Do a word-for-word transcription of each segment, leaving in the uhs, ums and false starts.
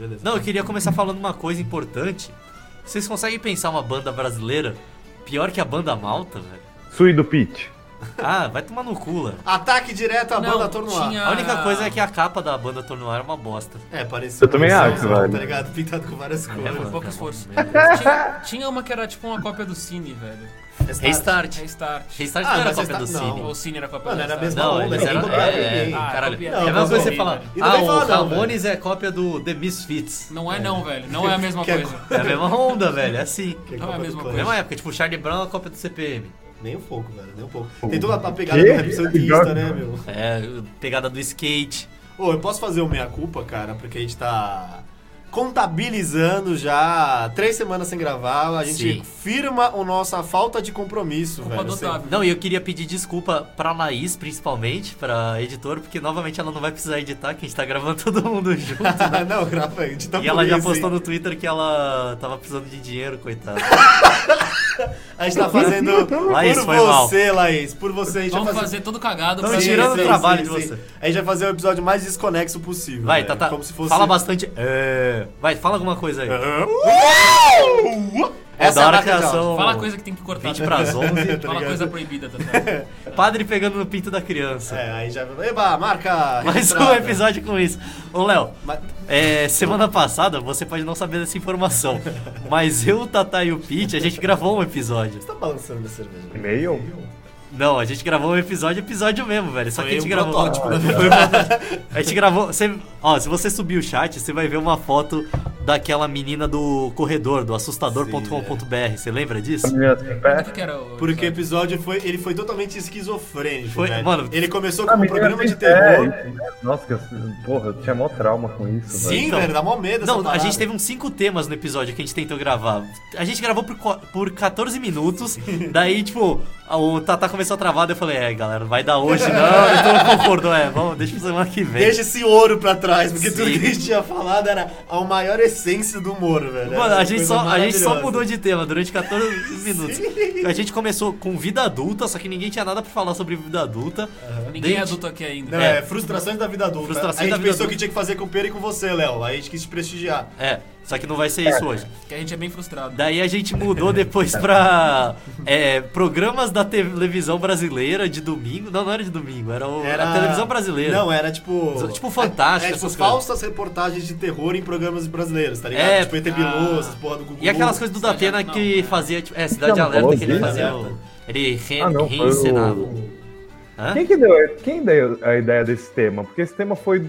beleza. Não, eu queria começar falando uma coisa importante. Vocês conseguem pensar uma banda brasileira pior que a banda malta, velho? Sui do Pitch. Ah, vai tomar no cu, lá. Ataque direto à Não, banda Tornoir. tinha- A única coisa é que a capa da banda Tornoir é uma bosta. É, parecia. Eu também um acho, desenho, velho. Tá ligado? Pintado com várias É, cores. mano, pouco tá esforço. bom, beleza. Tinha, tinha uma que era tipo uma cópia do Cine, velho. Restart. Restart. Restart Ah, não era mas cópia do Restart- não. Cine. O Cine era cópia Mano, do era a Restart. mesma Não, onda, eles ninguém eram... copiava É, é, ninguém. Ah, caralho. copia- É a Não, mesma mas coisa eu- você falar, e não ah, vem o falar não, Ramones é cópia do The Misfits. Não é não, velho. Não é a mesma Que é- coisa. É a mesma onda, velho, é assim. Que Não é a Copa do mesma Clã. coisa. Mesma época, tipo, o Charlie Brown é a cópia do C P M. Nem um pouco, velho, nem um pouco. Tem toda a pegada Quê? do rap santista, né, meu? É, pegada do skate. Ô, eu posso fazer o meia-culpa, cara, porque a gente tá contabilizando já três semanas sem gravar, a gente Sim. firma a nossa falta de compromisso, Culpa velho. do Você- Otávio. Não, e eu queria pedir desculpa pra Laís, principalmente, pra editora, porque novamente ela não vai precisar editar, que a gente tá gravando todo mundo junto. Não, grava, a gente tá E ela já por isso, postou hein? no Twitter que ela tava precisando de dinheiro, coitada. A gente tá fazendo Laís, por foi mal. você, Laís, por você. A gente Vamos vai fazer todo cagado Tô pra tirando ver- o trabalho de você. A gente vai fazer o episódio mais desconexo possível. Vai, velho. Tata, Como se fosse... fala bastante. É... Vai, fala alguma coisa aí. É Essa da hora é a que marca de são áudio. Fala coisa que tem que cortar. vinte pras onze. Tá Fala ligado? coisa proibida, Tata. Padre pegando no pinto da criança. É, aí já... Eba, marca Mais um registrada. episódio com isso. Ô, Léo, Mas- é, semana passada, você pode não saber dessa informação, mas eu, o Tata e o Pete, a gente gravou um episódio. Você tá balançando a cerveja? E-mail? Não, a gente gravou um episódio, episódio mesmo, velho. Só que a Foi gente um gravou. protótipo, né? Foi um protótipo. A gente gravou. Você, ó, se você subir o chat, você vai ver uma foto daquela menina do corredor, do assustador ponto com ponto b r. Você lembra disso? A menina sem O pé? que que era o Porque o episódio? episódio foi, ele foi totalmente esquizofrênico, Foi- velho. mano, ele começou A com um menina programa de sem pé. terror. Nossa, que eu- porra, eu tinha mó trauma com isso, Sim, velho. Então, velho, dá mó medo essa Não, a parada. gente teve uns cinco temas no episódio que a gente tentou gravar. A gente gravou por, co- por catorze minutos. Daí, tipo, o Tata começou a travar. Daí eu falei, é, galera, não vai dar hoje não. Então concordou, é, vamos, deixa pra semana que vem. Deixa esse ouro pra trás, porque Sim. tudo que a gente tinha falado era a maior essência do humor, velho. Mano, Era a gente, coisa só, a gente só maravilhosa. mudou de tema durante catorze minutos. A gente começou com vida adulta, só que ninguém tinha nada pra falar sobre vida adulta. Ninguém Daí a é gente- adulto aqui ainda. Não, É. é, frustrações da vida adulta. Frustrações a gente da vida pensou adulta. que tinha que fazer com o Pedro e com você, Léo. Aí a gente quis te prestigiar. É, só que não vai ser isso hoje. Que a gente é bem frustrado. Daí a gente mudou depois pra é, programas da televisão brasileira de domingo. Não, não era de domingo, era, o, Era a televisão brasileira. Não, era tipo. Tipo Fantástico, É, é tipo essas falsas reportagens de terror em programas brasileiros, tá ligado? É, tipo E T Bilu, essas porra do Google. E aquelas coisas do Cidade Datena não, que não. fazia, tipo, é, Cidade Não, Alerta, que ele Cidade fazia. Alerta. O, ele re, Ah, não, foi reencenava. o- Hã? Quem que deu, quem deu a ideia desse tema? Porque esse tema foi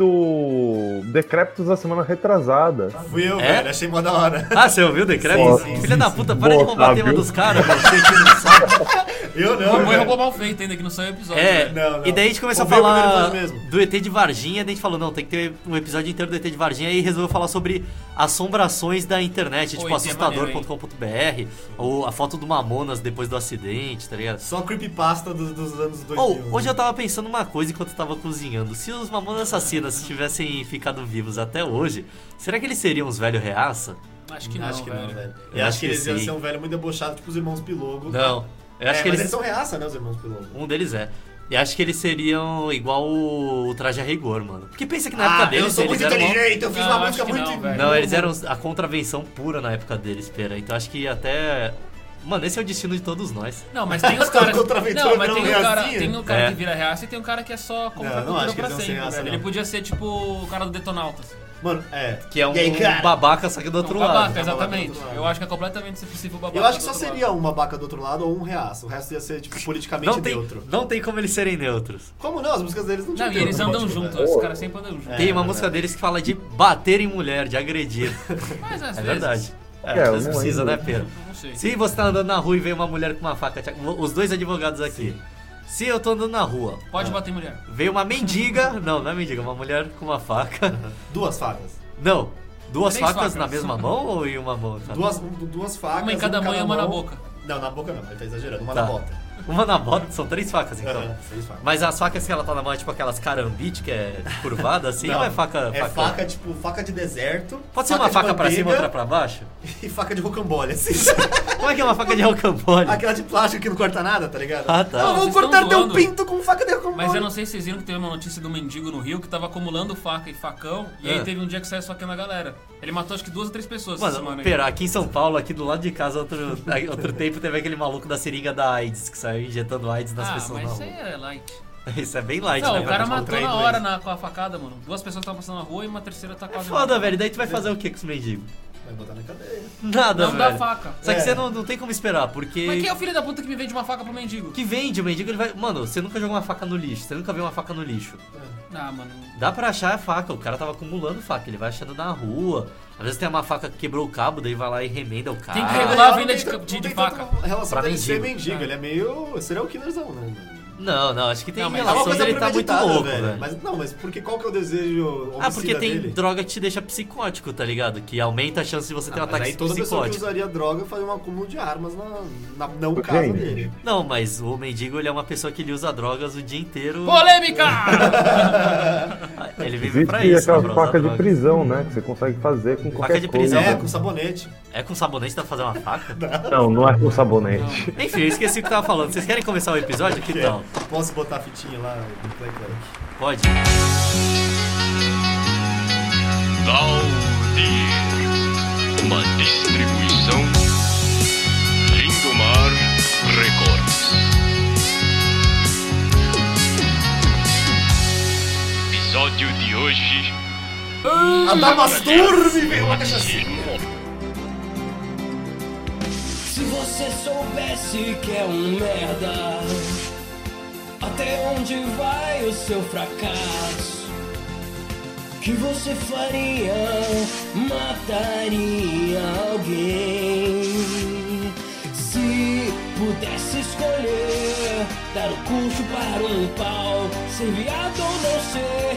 do Decrépitos da semana retrasada. Fui eu, É? velho, achei mó da hora. Ah, você ouviu o decreto? Sim, sim, Filha da puta, para de Boa, roubar o tema viu? dos caras, mano. Você que não sabe. Eu não, Foi velho. robô mal feito ainda, que não saiu o episódio. É, velho. Não, não. e daí a gente começou a Ouvi o primeiro falar episódio mesmo. do E T de Varginha, daí a gente falou, não, tem que ter um episódio inteiro do E T de Varginha, e resolveu falar sobre assombrações da internet, Pô, tipo esse é assustador maneiro, ponto com ponto b r, ou a foto do Mamonas depois do acidente, tá ligado? Só creepypasta dos, dos anos dois Ou, mil. hoje eu tava pensando uma coisa enquanto eu tava cozinhando. Se os Mamonas Assassinas tivessem ficado vivos até hoje, será que eles seriam uns velho reaça? Acho que não, acho que velho. não, velho. Eu Eu acho acho que que eles iam sim. ser um velho muito debochado, tipo os irmãos Pilogo. Não. Eu acho É, que mas eles. eles são reaça, né, os irmãos Pilogo? Um deles é. E acho que eles seriam igual o Traje a Rigor, mano. Porque pensa que na época Ah, deles eu sou eles muito eram. inteligente, eu fiz Não, uma acho música que muito... não, velho. Não, eles eram a contravenção pura na época deles, pera. Então acho que até. Mano, esse é o destino de todos nós. Não, mas tem os caras. Contraventor Não, mas tem virando o cara, reacinha? tem o cara É. que vira reaça e tem o cara que é só contra Não, não a acho cultura que pra eles vão ser sempre, reaça, velho. não. Ele podia ser tipo o cara do Detonautas. Mano, é. Que é um, E aí, cara? babaca, só que do outro um lado. babaca, exatamente. Babaca do outro lado. Eu acho que é completamente possível o babaca. Eu acho que do só outro seria uma babaca do outro lado ou um reaça. O resto ia ser, tipo, politicamente Não tem, neutro. não tem como eles serem neutros. Como não? As músicas deles não lado. tinham Não, e eles neutro, andam tipo, juntos, velho. os caras sempre andam juntos. É, tem uma é música verdade. deles que fala de bater em mulher, de agredir. Mas às É vezes. verdade. É, É, às eu vezes não precisa, né, lembro. Pedro? Não sei. Se você tá andando na rua e vem uma mulher com uma faca, te- os dois advogados aqui. Se eu tô andando na rua, Pode bater em mulher. veio uma mendiga, não, não é mendiga, uma mulher com uma faca. Duas facas. Não, duas Três facas, facas. na mesma mão ou em uma mão? Tá? Duas, um- duas facas. Uma em cada mão e uma na boca. Não, na boca não, ele tá exagerando. Uma Tá. na bota. Uma na bota, são três facas então. Aham, seis facas. Mas as facas que ela tá na mão é tipo aquelas carambite, que é curvada assim, Não, ou é faca... É faca, tipo, faca de deserto. Pode ser uma de faca pra manteiga cima, outra pra baixo? E faca de rocambole, assim. Como é que é uma faca de rocambole? Aquela de plástico que não corta nada, tá ligado? Ah, tá. Não, Não, vamos vocês cortar estão teu zoando. pinto com faca de rocambole. Mas eu não sei se vocês viram que teve uma notícia do mendigo no Rio que tava acumulando faca e facão. E É. aí teve um dia que saiu esfaqueando a galera. Ele matou acho que duas ou três pessoas essa semana Mano, aí. pera, aqui em São Paulo, aqui do lado de casa, outro, outro tempo teve aquele maluco da seringa da AIDS, que saiu injetando AIDS nas Ah, pessoas mas na isso aí rua. é light. Isso é bem light, Não, né? o cara velho? matou trem na dois. hora na, com a facada, mano. Duas pessoas estavam passando na rua e uma terceira tá É quase foda, morta. velho. Daí tu vai fazer o que com os mendigos? Vai botar na cadeia. Nada, Não dá velho. faca. Só que É. você não, não tem como esperar, porque... Mas quem é o filho da puta que me vende uma faca pro mendigo? Que vende, o mendigo ele vai... Mano, você nunca jogou uma faca no lixo, você nunca viu uma faca no lixo. Ah, mano. Dá pra achar a faca, o cara tava acumulando faca, ele vai achando na rua. Às vezes tem uma faca que quebrou o cabo, daí vai lá e remenda o cara. Tem que Ah, regular a não venda tem de- tanto- de- não de tem faca. tanta relação Pra dele ser mendigo. mendigo, É. ele é meio serial killerzão, né? Não, não, acho que tem Não, mas É uma relação coisa dele tá muito premeditada, louco, velho. velho. Mas, não, mas porque qual que é o desejo homicida Ah, porque tem dele? droga que te deixa psicótico, tá ligado? Que aumenta a chance de você ter um Ah, mas ataque aí toda pessoa que psicótico. usaria droga faria um acúmulo de armas na, na não Gente. casa dele. Não, mas o mendigo ele é uma pessoa que ele usa drogas o dia inteiro. Polêmica! Ele vive pra Existe isso, né, aquelas pra usar facas de drogas. prisão, né? Que você consegue fazer com qualquer de coisa. prisão. É, com sabonete. É com sabonete dá pra fazer uma faca? Não, não é com sabonete. Enfim, eu esqueci o que eu tava falando. Vocês querem começar o episódio? Que tal? Posso botar a fitinha lá no Play Click? Pode? Valdir, uma distribuição Lindomar Records. Episódio de hoje. Adamastor, me veio uma cachaçinha. Se você soubesse que é um merda, até onde vai o seu fracasso? Que você faria? Mataria alguém? Se pudesse escolher, dar o curso para um pau, ser viado ou não ser.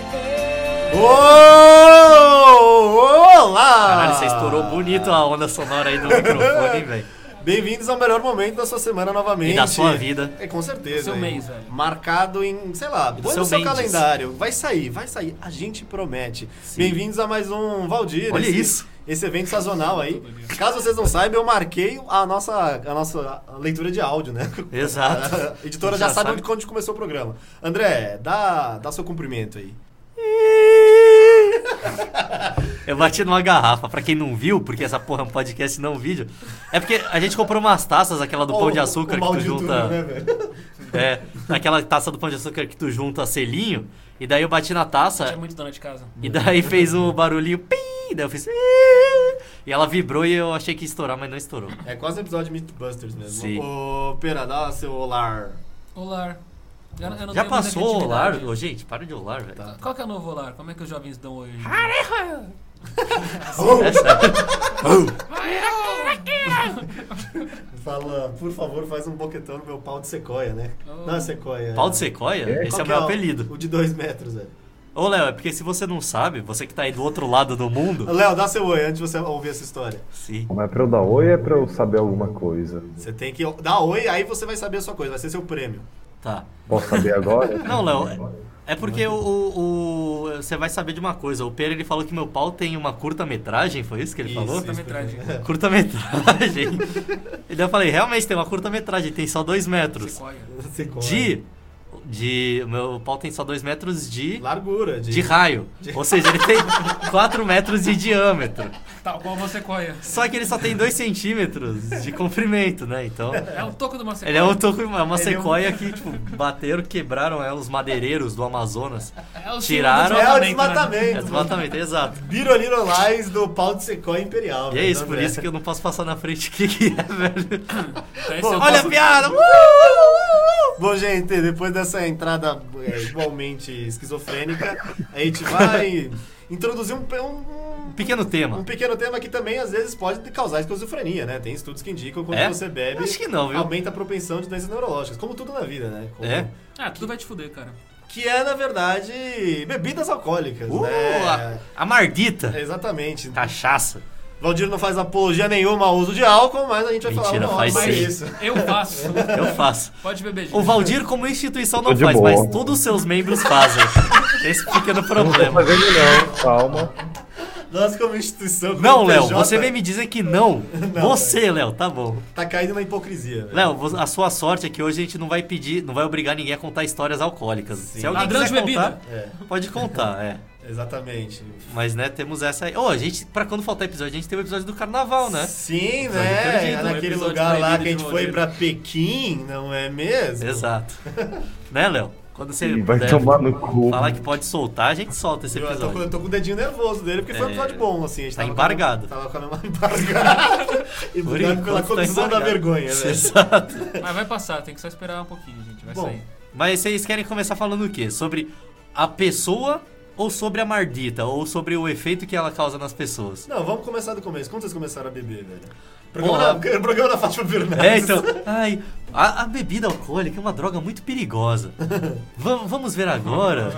Ô, olá! Caralho, você estourou bonito a onda sonora aí do microfone, hein, velho? Bem-vindos ao melhor momento da sua semana novamente. E da sua vida. É, com certeza. Do seu hein? mês, velho. Marcado em, sei lá, põe seu no seu Mendes. calendário. Vai sair, vai sair. A gente promete. Bem-vindos a mais um Valdir. Olha esse, isso. Esse evento sazonal aí. Caso vocês não saibam, eu marquei a nossa, a nossa leitura de áudio, né? Exato. A editora Já já, sabe sabe. onde onde começou o programa. André, dá, dá seu cumprimento aí. Eu bati numa garrafa, pra quem não viu, porque essa porra é um podcast e não um vídeo. É porque a gente comprou umas taças, aquela do Ó, pão de o- açúcar o que tu maldito, junta. né, velho? É, aquela taça do pão de açúcar que tu junta selinho. E daí eu bati na taça. É muito dona de casa. E daí fez o barulhinho pi, daí eu fiz pi, e ela vibrou e eu achei que ia estourar, mas não estourou. É quase um episódio de Mythbusters mesmo. Sim. Ô, Pera, dá seu olá. Olá. Eu, eu não Já tenho muita passou o olar? criatividade. Ô, gente, para de olar, velho. Tá. Qual que é o novo olar? Como é que os jovens dão hoje? É sério. Fala, por favor, faz um boquetão no meu pau de sequoia, né? Oh. Não é sequoia. Pau de sequoia? É? Esse Qual é o que meu o- apelido. O de dois metros, velho. Ô, Léo, é porque se você não sabe, você que tá aí do outro lado do mundo. Léo, dá seu oi antes de você ouvir essa história. Sim. Mas é pra eu dar oi ou é pra eu saber alguma coisa? Você tem que dar oi, aí você vai saber a sua coisa, vai ser seu prêmio. Tá. Posso saber agora? Não, Léo, é porque o, o- o- você vai saber de uma coisa. O Pedro ele falou que meu pau tem uma curta-metragem, foi isso que ele Isso, falou? isso. Curta-metragem. Curta-metragem. E daí eu falei, realmente tem uma curta-metragem, tem só dois metros. Sequoia. Sequoia. De. De. Meu pau tem só dois metros de. Largura. De, De raio. Ou seja, ele tem quatro metros de diâmetro. Tal qual uma sequoia. Só que ele só tem dois centímetros de comprimento, né? Então. É o toco de uma sequoia. Ele é um toco, é uma Ele é um- sequoia que, tipo, bateram, quebraram ela, os madeireiros do Amazonas. É o Tiraram- É o símbolo do desmatamento. É exatamente, exato. Birolirolais do pau de sequoia imperial. E é isso, por isso que eu não posso passar na frente o que, que é, velho. Então, esse Bom, é o Olha a toco- piada! Bom, gente, depois dessa entrada é, igualmente esquizofrênica, a gente vai introduzir um, um, Um pequeno tema. um pequeno tema que também às vezes pode causar esquizofrenia, né? Tem estudos que indicam que quando É? você bebe, Acho que não, viu? aumenta a propensão de doenças neurológicas, como tudo na vida, né? Como- É? Ah, tudo vai te fuder, cara. Que é, na verdade, bebidas alcoólicas, Uh, né? a, a mardita. Exatamente. Cachaça. Valdir não faz apologia nenhuma ao uso de álcool, mas a gente vai Mentira, falar uma hora faz sobre sim. isso. Eu faço. Eu faço. Pode beber, gente. O Valdir, como instituição, não Tô de faz, boa. mas todos os seus membros fazem. Esse pequeno Não tô problema. fazendo não, calma. Nós como instituição... como Não, Léo, P J, você vem me dizer que não. Não, Você, Léo, tá bom. Tá caindo na hipocrisia, velho. Léo, vo- a sua sorte é que hoje a gente não vai pedir, não vai obrigar ninguém a contar histórias alcoólicas. Sim. Se alguém Ladrão quiser de bebida. contar, É, pode contar, é. exatamente. Mas, né, temos essa aí. Ô, a gente, pra quando faltar episódio, a gente teve o episódio do carnaval, né? Sim, Episódio né? perdido, Naquele episódio lugar lá proibido que a gente de foi Moreira. pra Pequim, não é mesmo? Exato. Né, Léo? Quando você Ih, vai puder tomar no cu. falar que pode soltar, a gente solta esse Eu tô, com- episódio. eu tô com o dedinho nervoso dele, porque foi um É. episódio bom, assim. A gente Tá tava embargado. Com a, tava com a mesma embargada. E Por obrigado pela enquanto tá condição da embargado. vergonha, velho. Exato. Mas vai passar, tem que só esperar um pouquinho, gente. Vai Bom, sair. Mas vocês querem começar falando o quê? Sobre a pessoa ou sobre a mardita? Ou sobre o efeito que ela causa nas pessoas? Não, vamos começar do começo. Quando vocês começaram a beber, velho? Porra. Programa, da, programa da Fátima Bernardes. É, então, ai, a, a bebida alcoólica é uma droga muito perigosa. Va- vamos ver agora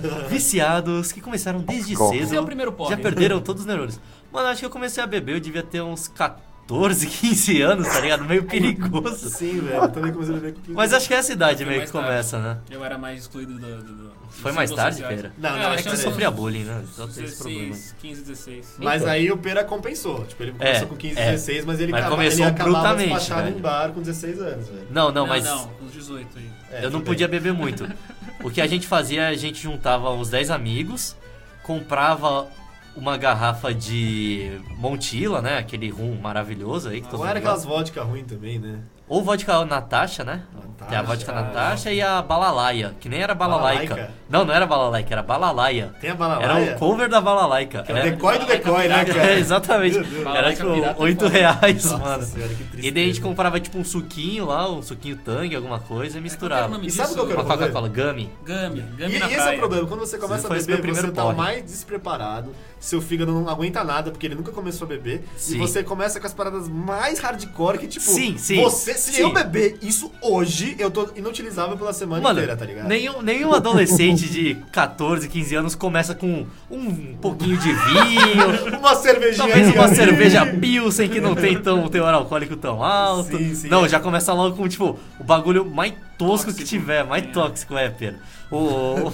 viciados que começaram desde Qual? cedo. Esse é o primeiro porre. Já perderam todos os neurônios. Mano, acho que eu comecei a beber, eu devia ter uns catorze, quinze anos, tá ligado? Meio perigoso. Sim, velho. Eu também comecei a beber com quinze Mas acho que é essa idade Foi meio mais que começa, né? Eu era mais excluído do... do, do Foi dos mais círculos tarde, sociais. Pera? Não, não, É, é É que que você você sofria bullying, né? Só tem esse problema. dezesseis, quinze, dezesseis. Mas Então. aí o Pera compensou. Tipo, ele começou É, com quinze, é. dezesseis, mas ele, Mas acaba, começou ele acabava brutamente, despachado velho. em bar com dezesseis anos, velho. Não, não, Não, mas não, uns dezoito aí. É, eu não tudo podia bem. beber muito. O que a gente fazia, a gente juntava uns dez amigos, comprava uma garrafa de Montila, né? Aquele rum maravilhoso aí que todo Ou mundo era aquelas gosta. vodka ruim também, né? Ou vodka Natasha, né? Natasha. Tem a vodka Natasha e a Balalaica, que nem era balalaica. Balalaica? Não, não era balalaica, era balalaia. Tem a Era balalaia? o cover da balalaica. É o decoy do decoy, né, cara? É, exatamente. Meu Deus. Era Balalaica tipo pirata é oito foda. reais, Nossa mano. senhora, que tristeza. E daí a gente comprava tipo um suquinho lá, um suquinho tangue, alguma coisa e Qual misturava. era o nome E sabe disso? qual que era Uma o problema? Coca-Cola, Gummy. Gummy. E, Gummy e na esse praia. é o problema, quando você começa Esse a foi esse beber, meu você primeiro tá porre. mais despreparado, seu fígado não aguenta nada, porque ele nunca começou a beber, Sim. e você começa com as paradas mais hardcore que, tipo, Sim, sim, você, se sim. eu beber isso hoje, eu tô inutilizável pela semana Mano, inteira, tá ligado? nenhum, nenhum adolescente de catorze, quinze anos começa com um pouquinho de vinho, Uma cervejinha talvez aqui, uma ó. cerveja Pilsen que não tem tão teor alcoólico tão alto. Sim, sim, não, é. já começa logo com, tipo, o bagulho mais tosco que Tóxico. tiver, mais É. tóxico é, Pedro. O... o-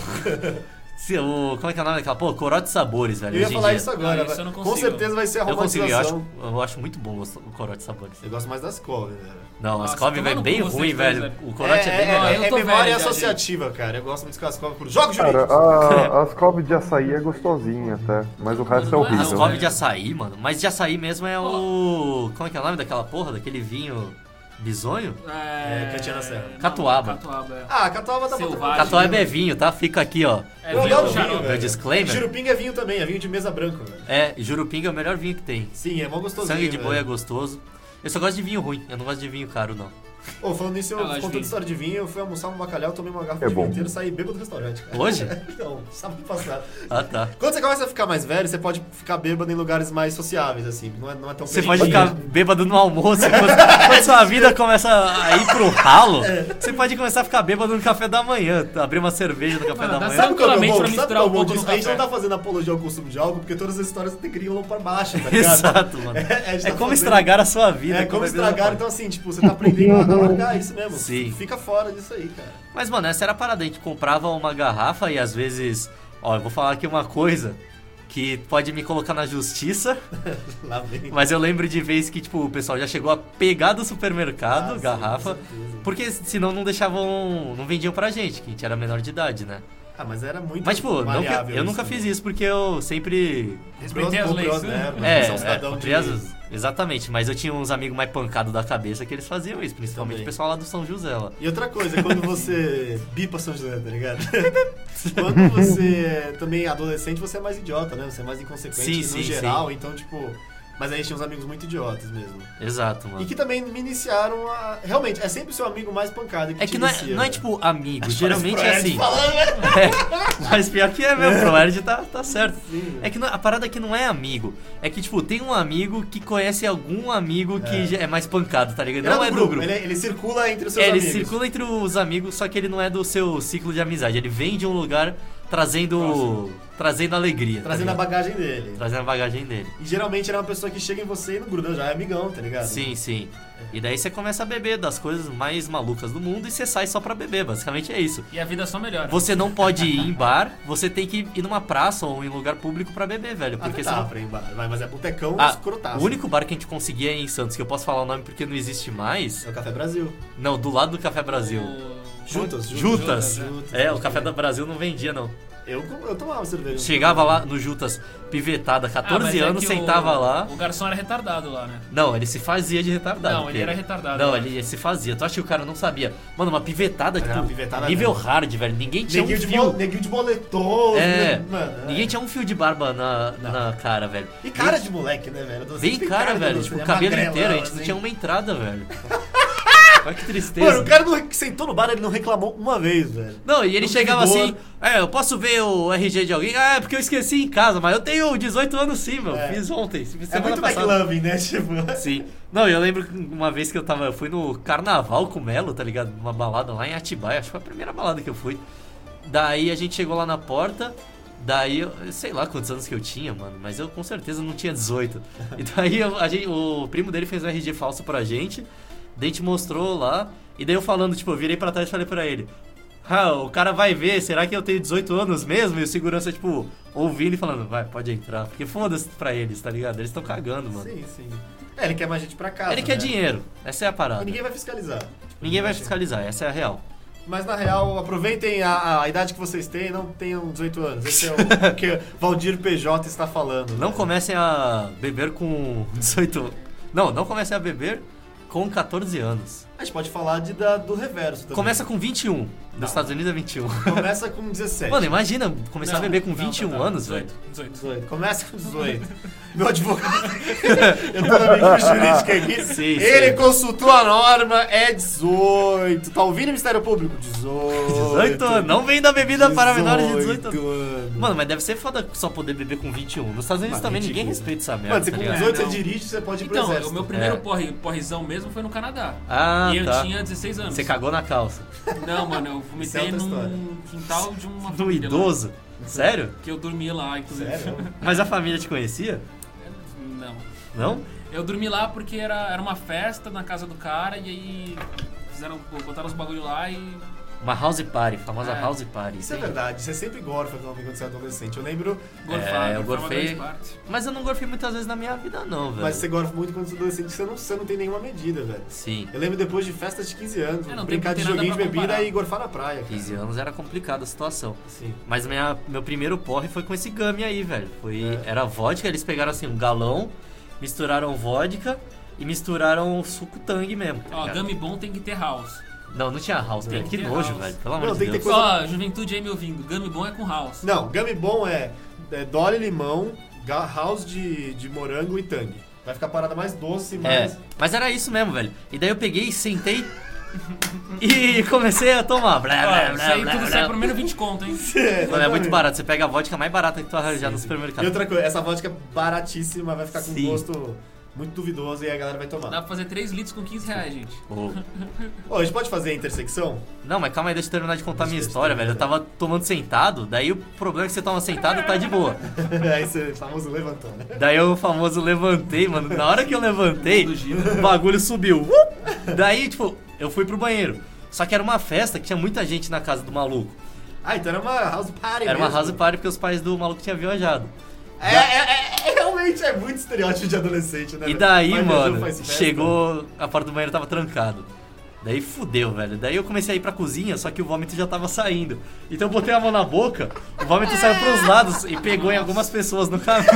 se- o como é que é o nome daquela? Pô, corote de sabores, velho. Eu ia hoje em falar dia. isso agora, Ah, isso eu velho. não Com consigo. certeza vai ser a Eu consigo, eu acho, romantização. eu acho muito bom o corote de sabores. Eu gosto mais das Cove, velho. Não, Nossa, as Cove toma é no bem cu vocês ruim, dois, velho. velho. O corote é, é, bem é, melhor. eu é tô memória velho já, associativa, cara. Eu gosto muito de Cove por jogos Cara, jurídicos. a- as couve de açaí é gostosinha até, mas o resto é Não é As horrível. Cove de açaí, mano. Mas de açaí mesmo é o... Como é que é o nome daquela porra? Daquele vinho bisonho? É, Cantina na Serra. não, Catuaba. Catuaba, é. Ah, Catuaba tá Selvagem. Catuaba é vinho, tá? Fica aqui, ó. É Eu vinho adoro ou vinho, xarope? Meu disclaimer. Jurupinga é vinho também, é vinho de mesa branca, velho. É, Jurupinga é o melhor vinho que tem. Sim, é mó gostosinho. Sangue de boi é velho. gostoso. Eu só gosto de vinho ruim, eu não gosto de vinho caro, não. Ô, falando nisso, eu Eu gosto de contando vinho. história de vinho, eu fui almoçar um bacalhau, tomei uma garrafa É de vinho bom. inteiro e saí bêbado do restaurante, cara. Hoje? Então, sábado passado. Ah, tá. Quando você começa a ficar mais velho, você pode ficar bêbado em lugares mais sociáveis, assim. Não é, não é tão Você pode permitido. ficar bêbado no almoço. Quando, quando sua vida começa a ir pro ralo, você pode começar a ficar bêbado no café da manhã. Abrir uma cerveja no café Mano, da dá manhã. Sabe qual é o Tranquilamente bom? pra Sabe misturar qual é o um bom pouco disso? no A gente não café. tá fazendo apologia ao consumo de álcool, porque todas as histórias criam pra baixo, tá ligado? Exato, mano. É, a gente É tá como fazendo- estragar a sua vida. É, como a bebida estragar, alcoólica. então assim, tipo, você tá aprendendo a largar isso mesmo. Sim. Fica fora disso aí, cara. Mas, mano, essa era a parada. A gente comprava uma garrafa e às vezes... Ó, eu vou falar aqui uma coisa que pode me colocar na justiça, Lá vem. mas eu lembro de vez que, tipo, o pessoal já chegou a pegar do supermercado Ah, sim, garrafa, com certeza. porque senão não deixavam... Não vendiam pra gente, que a gente era menor de idade, né? Ah, mas era muito Mas, tipo, não que- maleável eu nunca isso, fiz né? isso porque eu sempre... Respeitei as Comprou, leis, né? É, Você um é, cidadão cumpri de- as- exatamente, mas eu tinha uns amigos mais pancados da cabeça que eles faziam isso, principalmente Também. o pessoal lá do São José lá. E outra coisa, quando você bipa São José, tá ligado? Quando você é também adolescente, você é mais idiota, né? Você é mais inconsequente Sim, no sim, geral, então, tipo... Mas aí tinha uns amigos muito idiotas mesmo. Exato, mano. E que também me iniciaram a... Realmente, é sempre o seu amigo mais pancado que É te que não é, inicia, não é né? tipo amigo, geralmente é Parece assim. falando, né? É, mas pior que é mesmo, pro Erd tá, tá certo. Sim, É que não- a parada aqui não é amigo. É que, tipo, tem um amigo que conhece algum amigo que É. já é mais pancado, tá ligado? Ele Não é é do do grupo, grupo. Ele, ele circula entre os seus É, ele amigos. circula entre os amigos, só que ele não é do seu ciclo de amizade. Ele vem de um lugar trazendo. Trazendo alegria. Trazendo tá a bagagem dele. Trazendo a bagagem dele. E geralmente ele é uma pessoa que chega em você e não gruda, já é amigão, tá ligado? Sim, sim. E daí você começa a beber das coisas mais malucas do mundo e você sai só pra beber, basicamente é isso. E a vida só melhora. Você não pode ir em bar, você tem que ir numa praça ou em lugar público pra beber, velho. Porque Porque senão... tá pra ir em bar, vai, mas é botecão Ah, escrotaço. o único bar que a gente conseguia em Santos, que eu posso falar o nome porque não existe mais. É o Café Brasil. Não, do lado do Café Brasil. O- Juntas, Jutas. Jutas. É, o Café do Brasil não vendia, não. Eu, eu tomava cerveja. Chegava lá no Jutas, pivetada, Ah, catorze mas é anos, que sentava o, lá. O garçom era retardado lá, né? Não, ele se fazia de retardado. Não, ele porque- era retardado, Não, eu ele, ele se fazia. Tu acha que o cara não sabia? Mano, uma pivetada, Era tipo, uma pivetada nível mesmo. hard, velho. Ninguém tinha Neguinho, um de fio. bo- neguinho de boletom. É, né, mano, é. ninguém tinha um fio de barba na, na cara, velho. E cara de moleque, né, velho? Adolescente Bem tem cara, de velho. adolescente, Tipo, é o cabelo magrelão, inteiro, a gente não assim. tinha uma entrada, velho. Olha que tristeza. Mano, o cara não, que sentou no bar, ele não reclamou uma vez, velho. Não, e ele Não chegava duvidou. assim, é, eu posso ver o R G de alguém? Ah, é porque eu esqueci em casa, mas eu tenho dezoito anos sim, meu. É. Fiz ontem, fiz É semana muito passada. McLovin, né? Tipo... Sim. Não, eu lembro que uma vez que eu tava, eu fui no carnaval com o Melo, tá ligado? Uma balada lá em Atibaia, acho que foi a primeira balada que eu fui. Daí a gente chegou lá na porta, daí eu eu sei lá quantos anos que eu tinha, mano, mas eu com certeza não tinha dezoito. E daí eu- a gente, o primo dele fez um R G falso pra gente, daí a gente mostrou lá, e daí eu falando, tipo, eu virei pra trás e falei pra ele: ah, o cara vai ver, será que eu tenho dezoito anos mesmo? E o segurança, tipo, ouvindo e falando, vai, pode entrar. Porque foda-se pra eles, tá ligado? Eles estão cagando, mano. Sim, sim. É, ele quer mais gente pra casa, Ele quer né? dinheiro, essa é a parada. E ninguém vai fiscalizar. Tipo, Ninguém vai fiscalizar, essa é a real. Mas na real, aproveitem a, a idade que vocês têm, não tenham dezoito anos. Esse é o que Valdir P J está falando. Não né? comecem a beber com dezoito. Não, não comecem a beber com catorze anos. A gente pode falar de, da, do reverso também. Começa com vinte e um. Nos Não. Estados Unidos é vinte e um. Começa com dezessete. Mano, imagina começar a Não, beber com não, vinte e um tá, tá, anos, velho. dezoito, dezoito. dezoito. Começa com dezoito. Meu advogado. Eu tô na minha jurídica aqui. Sim, Ele sim. consultou a norma, é dezoito. Tá ouvindo, Ministério Público? dezoito. dezoito anos. Não venda bebida para menores de dezoito anos. anos. Mano, mas deve ser foda só poder beber com vinte e um. Nos Estados Unidos Mano, também ridículo. ninguém respeita essa merda, Mano, você tá com ligado? dezoito É, não. você dirige, você pode ir pro Então, exército. o meu primeiro É. porre, porrizão mesmo foi no Canadá. Ah, e eu tá. tinha dezesseis anos. Você cagou na calça. Não, mano, eu Isso é vomitei outra história. num quintal de uma Do família lá, idoso? Sério? que eu dormia lá, inclusive. Sério? Mas a família te conhecia? Não. Não? Eu dormi lá porque era, era uma festa na casa do cara e aí fizeram, botaram os bagulho lá e... Uma house party, famosa É. house party. Isso é sim. verdade, você sempre gorfa quando você é adolescente. Eu lembro, Gorfar, É, eu gorfar uma gorfei. grande parte. Mas eu não gorfei muitas vezes na minha vida, não, velho. mas você gorfa muito quando você é adolescente, você não, você não tem nenhuma medida, velho. Sim. Eu lembro depois de festas de quinze anos, É, não brincar tem- de tem nada joguinho de pra bebida comparar. e gorfar na praia. Cara. quinze anos era complicada a situação. Sim. Mas minha, meu primeiro porre foi com esse gummy aí, velho. Foi, É. Era vodka, eles pegaram assim um galão, misturaram vodka e misturaram suco tangue mesmo. tá Ó, ligado? gummy bom tem que ter house. Não, não tinha house, tem Tem que que ter nojo, house. velho. Pelo amor Não, de tem que Deus. ter coisa- Ó, juventude aí me ouvindo, gummy bom é com house. Não, gummy bom é, é Dolly limão, ga- house de, de morango e tangue. Vai ficar a parada mais doce, mais... É, mas era isso mesmo, velho. E daí eu peguei, sentei e comecei a tomar. Blá, blá, Ó, blá, isso aí blá, tudo blá. sai por menos vinte conto, hein? Mano, é muito barato. Você pega a vodka mais barata que tu arranjar no E supermercado. outra coisa, essa vodka baratíssima vai ficar com Sim. um gosto muito duvidoso e aí a galera vai tomar. Dá pra fazer três litros com quinze reais, gente. Oh. Ô, a gente pode fazer a intersecção? Não, mas calma aí, deixa eu terminar de contar a minha Deixa eu história, velho. terminar. Eu tava tomando sentado, daí o problema é que você toma sentado e tá de boa. aí você famoso levantou, né? Daí eu, o famoso, levantei, mano. Na hora que eu levantei, o bagulho subiu. Uh! Daí, tipo, eu fui pro banheiro. Só que era uma festa que tinha muita gente na casa do maluco. Ah, então era uma house party Era uma mesmo. house party porque os pais do maluco tinham viajado. É, é, é, realmente é muito estereótipo de adolescente, né? E velho? daí, Vai viajar, mano, faz festa. chegou, a porta do banheiro tava trancado. Daí fudeu, velho. Daí eu comecei a ir pra cozinha, só que o vômito já tava saindo. Então eu botei a mão na boca, o vômito saiu pros lados e pegou em algumas pessoas no caminho.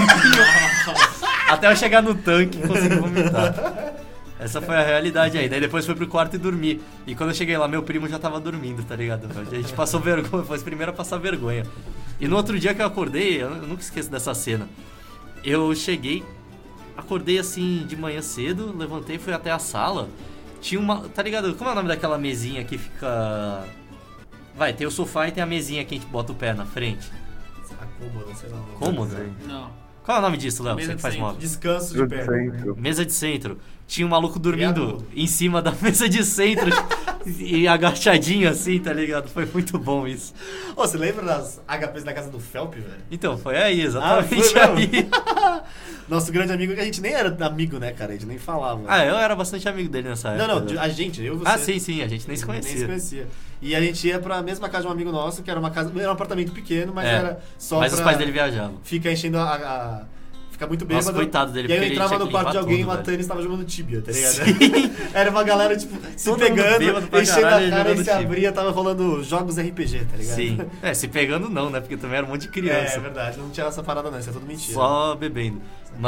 Até eu chegar no tanque e conseguir vomitar. Essa foi a realidade aí. Daí depois fui pro quarto e dormi. E quando eu cheguei lá, meu primo já tava dormindo, tá ligado? A gente passou vergonha, foi o primeiro a passar vergonha. E no outro dia que eu acordei, eu nunca esqueço dessa cena. Eu cheguei, acordei assim de manhã cedo, levantei, fui até a sala. Tinha uma. Tá ligado? Como é o nome daquela mesinha que fica. Vai, tem o sofá e tem a mesinha que a gente bota o pé na frente. Ah, cômodo, sei lá. Cômodo? Não. Qual é o nome disso, Léo? Mesa Você que de faz centro. móvel. Descanso de Eu pé. centro. Mesa de centro. Tinha um maluco dormindo Criado. em cima da mesa de centro e agachadinho assim, tá ligado? Foi muito bom isso. Ô, você lembra das H Ps da casa do Felp, velho? Então, foi aí, exatamente Ah, foi aí. Nosso grande amigo, que a gente nem era amigo, né, cara? A gente nem falava. Ah, eu era bastante amigo dele nessa Não, época. não, de- a gente, eu e você. Ah, sim, sim, a gente nem se Nem se conhecia. conhecia. E a gente ia pra mesma casa de um amigo nosso, que era uma casa. Era um apartamento pequeno, mas É. era só Mas pra... os pais dele viajavam. Fica enchendo a. a- Fica muito bêbado. Nossa, coitado dele, E aí eu porque ele entrava tinha no que quarto de limpar alguém e tudo, o velho. Matanis tava jogando Tibia, tá ligado? Sim. Era uma galera, tipo, se Todo mundo pegando, bêbado pra enchendo caralho, a cara e jogando se Tibia. abria, tava rolando jogos R P G, tá ligado? Sim. É, se pegando não, né? Porque também era um monte de É, criança. é verdade, não tinha essa parada não, isso é tudo mentira. Só bebendo.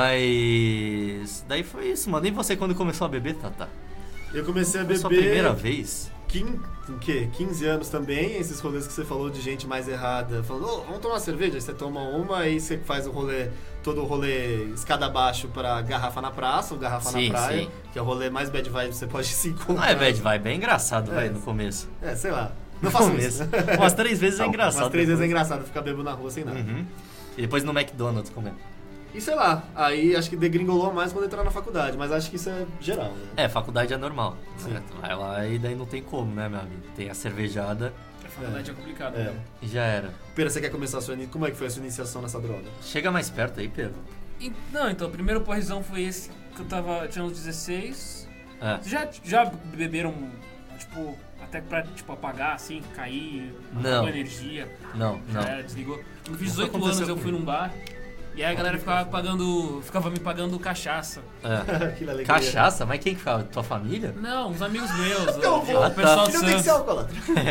Mas. Daí foi isso, mano. E você quando começou a beber, Tata? Eu comecei a Foi beber. sua primeira vez? quinze, o quê? quinze anos também, esses rolês que você falou de gente mais errada, falando, ô, vamos tomar cerveja, aí você toma uma, aí você faz o rolê, todo o rolê escada abaixo pra garrafa na praça, ou garrafa Sim, na praia, sim. que é o rolê mais bad vibe que você pode se encontrar. Não é bad vibe, é engraçado, É. velho, no começo. É, sei lá. Não No faço começo. isso. Umas três vezes é engraçado. Umas três vezes é depois. engraçado ficar bêbado na rua sem nada. Uhum. E depois no McDonald's comendo. E sei lá, aí acho que degringolou mais quando entrar na faculdade, mas acho que isso é geral, né? É, faculdade é normal. Sim. Né? Tu vai lá e daí não tem como, né, meu amigo? Tem a cervejada A faculdade é, complicado. É. né? e já era. Pera, você quer começar a sua... ini- Como é que foi a sua iniciação nessa droga? Chega mais perto aí, Pedro. E- não, então, o primeiro porrizão foi esse que eu tava. Eu tinha uns dezesseis. É. Vocês já, já beberam, tipo, até pra tipo, apagar, assim, cair, Não. acabou a energia? Não, não. Já era, desligou. Eu fiz Nunca dezoito aconteceu anos, eu fui comigo. num bar. E aí a galera ficava pagando. Ficava me pagando cachaça. É. Aquela alegria. Cachaça? Mas quem que fala? Tua família? Não, uns amigos meus, Não, o, vou. o pessoal do Filho tem que ser Santos. alcoólatra.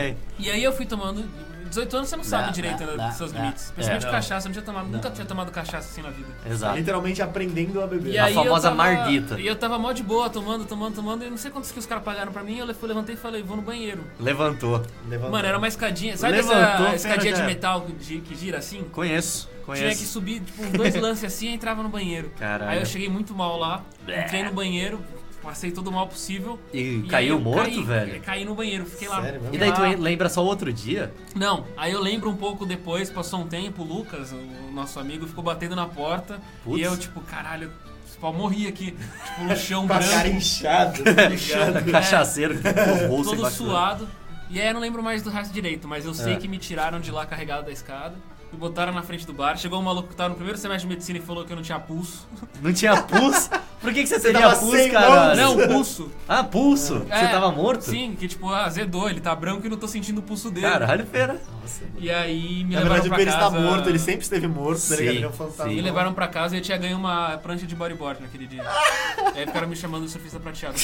E aí eu fui tomando. dezoito anos você não sabe Dá, direito dá, né, dá, dos seus dá. limites. Principalmente É, não. cachaça, eu não tinha tomado, nunca tinha tomado cachaça assim na vida. Exato. Literalmente aprendendo a beber. E A aí famosa eu tava, marguita. E eu tava mó de boa, tomando, tomando, tomando. E eu não sei quantos que os caras pagaram pra mim. Eu fui, levantei e falei, vou no banheiro. Levantou. Levantou. Mano, era uma escadinha. Sabe Levantou, essa escadinha já de era. metal que gi- que gira assim? Conheço, Tinha que conheço. subir, tipo, uns dois lances assim e entrava no banheiro. Caralho. Aí eu cheguei muito mal lá, entrei no banheiro, passei todo o mal possível. E aí caiu eu morto, caí, velho? Caí no banheiro, fiquei lá. Sério mesmo? E daí tu Ah, lembra só outro dia? Não, aí eu lembro um pouco depois, passou um tempo, o Lucas, o nosso amigo, ficou batendo na porta. Putz. E eu, tipo, caralho, pau, morri aqui. Tipo, no chão Com a cara branco, inchada, tá ligado? Cachaceiro que torrou sem todo embaixo do- suado. E aí eu não lembro mais do resto direito, mas eu sei É. que me tiraram de lá carregado da escada. Me botaram na frente do bar. Chegou um maluco que tava no primeiro semestre de medicina e falou que eu não tinha pulso. Não tinha pulso? Por que, que você, Você teria tava pulso, sem caralho? Não, pulso. Ah, pulso? Você É, tava morto? Sim, que tipo, ah, azedou, ele tá branco e não tô sentindo o pulso dele. Caralho, pera. Nossa, E aí me na levaram verdade, pra ele casa. está morto, ele sempre esteve morto, tá Sim, ligado? Ele é um fantasma. sim. Me levaram pra casa e eu tinha ganho uma prancha de bodyboard naquele dia. E aí ficaram me chamando de surfista prateado.